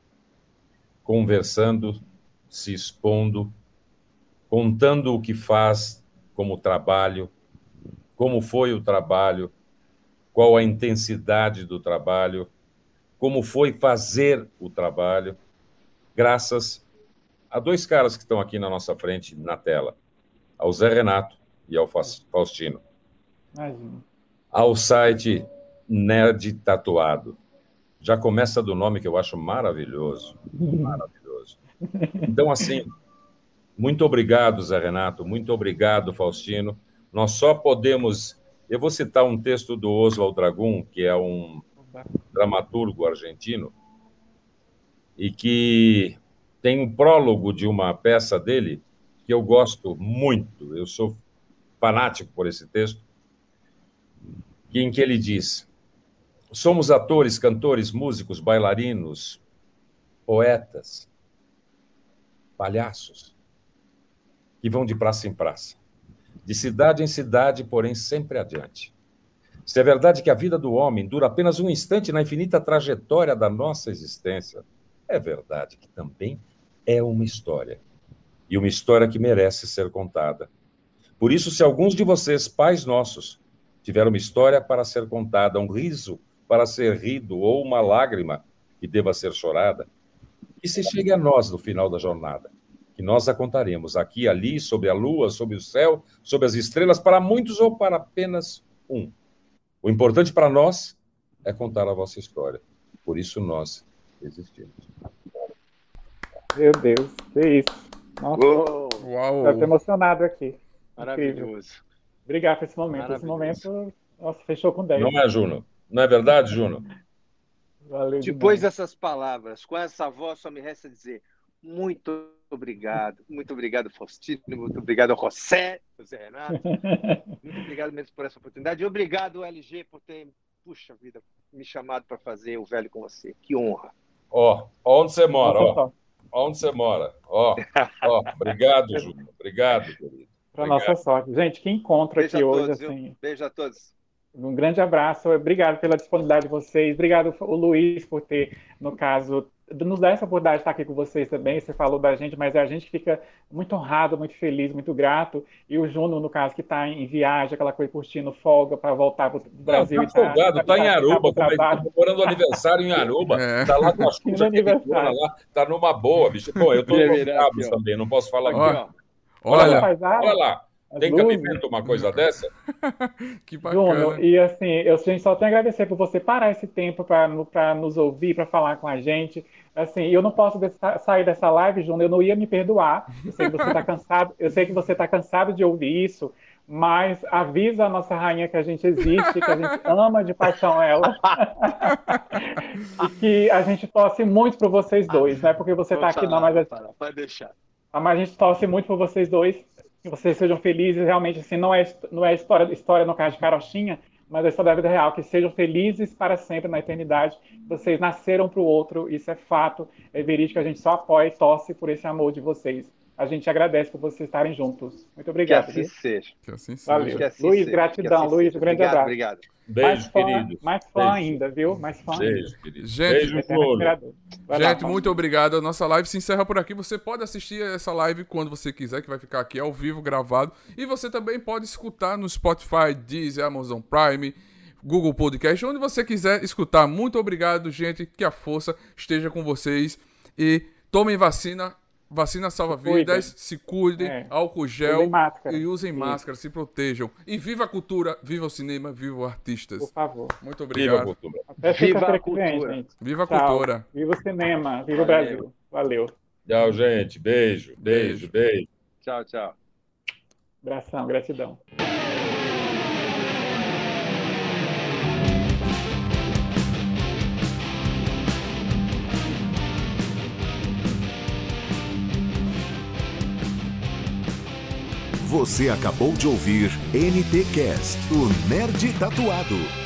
conversando, se expondo, contando o que faz como trabalho, como foi o trabalho, qual a intensidade do trabalho, como foi fazer o trabalho, graças a dois caras que estão aqui na nossa frente, na tela, ao Zé Renato e ao Faus- Faustino, Imagina. ao site Nerd Tatuado. Já começa do nome que eu acho maravilhoso, maravilhoso. Então, assim, muito obrigado, Zé Renato, muito obrigado, Faustino. Nós só podemos... Eu vou citar um texto do Oswald Dragun, que é um dramaturgo argentino, e que tem um prólogo de uma peça dele que eu gosto muito, eu sou fanático por esse texto, em que ele diz: somos atores, cantores, músicos, bailarinos, poetas, palhaços, que vão de praça em praça, de cidade em cidade, porém sempre adiante. Se é verdade que a vida do homem dura apenas um instante na infinita trajetória da nossa existência, é verdade que também é uma história. E uma história que merece ser contada. Por isso, se alguns de vocês, pais nossos, tiveram uma história para ser contada, um riso para ser rido ou uma lágrima que deva ser chorada, que se chegue a nós no final da jornada, que nós a contaremos aqui, ali, sob a lua, sob o céu, sob as estrelas, para muitos ou para apenas um. O importante para nós é contar a vossa história. Por isso nós existimos. Meu Deus, que isso. Nossa, Uou, Uau. eu tô emocionado aqui. Incrível. maravilhoso. Obrigado por esse momento. Esse Maravilhoso. momento, nossa, fechou com dez. Não é, Juno? Não é verdade, Juno? Valeu Depois demais. dessas palavras, com essa voz, só me resta dizer muito obrigado. Muito obrigado, Faustino. Muito obrigado, José, José Renato. Muito obrigado mesmo por essa oportunidade. E obrigado, L G, por ter, puxa vida, me chamado para fazer o velho com você. Que honra. Ó, ó onde você mora, Nossa, ó. só. Ó onde você mora. Ó, ó. Obrigado, Juno. Obrigado, querido. Para Obrigado. nossa sorte. Gente, que encontro Beijo aqui a hoje, todos, viu? assim. Beijo a todos. Um grande abraço, obrigado pela disponibilidade de vocês, obrigado o Luiz por ter, no caso, nos dar essa oportunidade de estar aqui com vocês também. Você falou da gente, mas é a gente que fica muito honrado, muito feliz, muito grato. E o Juno, no caso, que está em viagem, aquela coisa curtindo folga para voltar para o Brasil. Não, tá folgado, tá em Aruba, tá comemorando o aniversário em Aruba. É. Tá lá com a Xuxa, No que é aniversário. pequena lá, tá numa boa, bicho. Pô, eu tô Virar no aqui, Cabos ó. também, não posso falar Ó, aqui. Ó, Olha Olha, lá, paisagem, olha lá. as Tem luzes. cabimento uma coisa dessa? que Juno, bacana. e assim, eu, a gente só tem a agradecer por você parar esse tempo para nos ouvir, para falar com a gente. Assim, eu não posso dessa- sair dessa live, Juno, eu não ia me perdoar. Eu sei que você está cansado, eu sei que você está cansado de ouvir isso, mas avisa a nossa rainha que a gente existe, que a gente ama de paixão ela. E que a gente torce muito por vocês dois, não é porque você está vou aqui falar, não, mas vou a falar, pode deixar. Ah, mas a gente torce muito por vocês dois, que vocês sejam felizes, realmente, assim, não é, não é história, história no caso de Carochinha, mas a história da vida real, que sejam felizes para sempre na eternidade. Vocês nasceram para o outro, isso é fato, é verídico, a gente só apoia e torce por esse amor de vocês. A gente agradece por vocês estarem juntos. Muito obrigado. Que assim viu? seja. Que assim seja. Valeu. Que assim Luiz, seja. gratidão. Assim Luiz, seja. um grande Obrigado, abraço. Obrigado. Beijo, mais fã, querido. mais fã Beijo. ainda, viu? Mais fã Beijo, querido. Gente, Beijo no Eterno olho. admirador. Vai lá, Gente, Paulo. muito obrigado. A nossa live se encerra por aqui. Você pode assistir essa live quando você quiser, que vai ficar aqui ao vivo, gravado. E você também pode escutar no Spotify, Deezer, Amazon Prime, Google Podcast, onde você quiser escutar. Muito obrigado, gente. Que a força esteja com vocês. E tomem vacina. Vacina salva Se cuidem. vidas. Se cuidem. É. Álcool gel. Usem máscara. E usem Isso. máscara. Se protejam. E viva a cultura, viva o cinema, viva os artistas. Por favor. Muito Viva a obrigado. cultura. Até Viva sexta-feira a que vem, cultura. gente. Viva a Tchau. cultura. Viva o cinema. Viva o Valeu. Brasil. Valeu. Tchau, gente. Beijo, beijo, beijo. Tchau, tchau. Abração, gratidão. Você acabou de ouvir N T Cast, o Nerd Tatuado.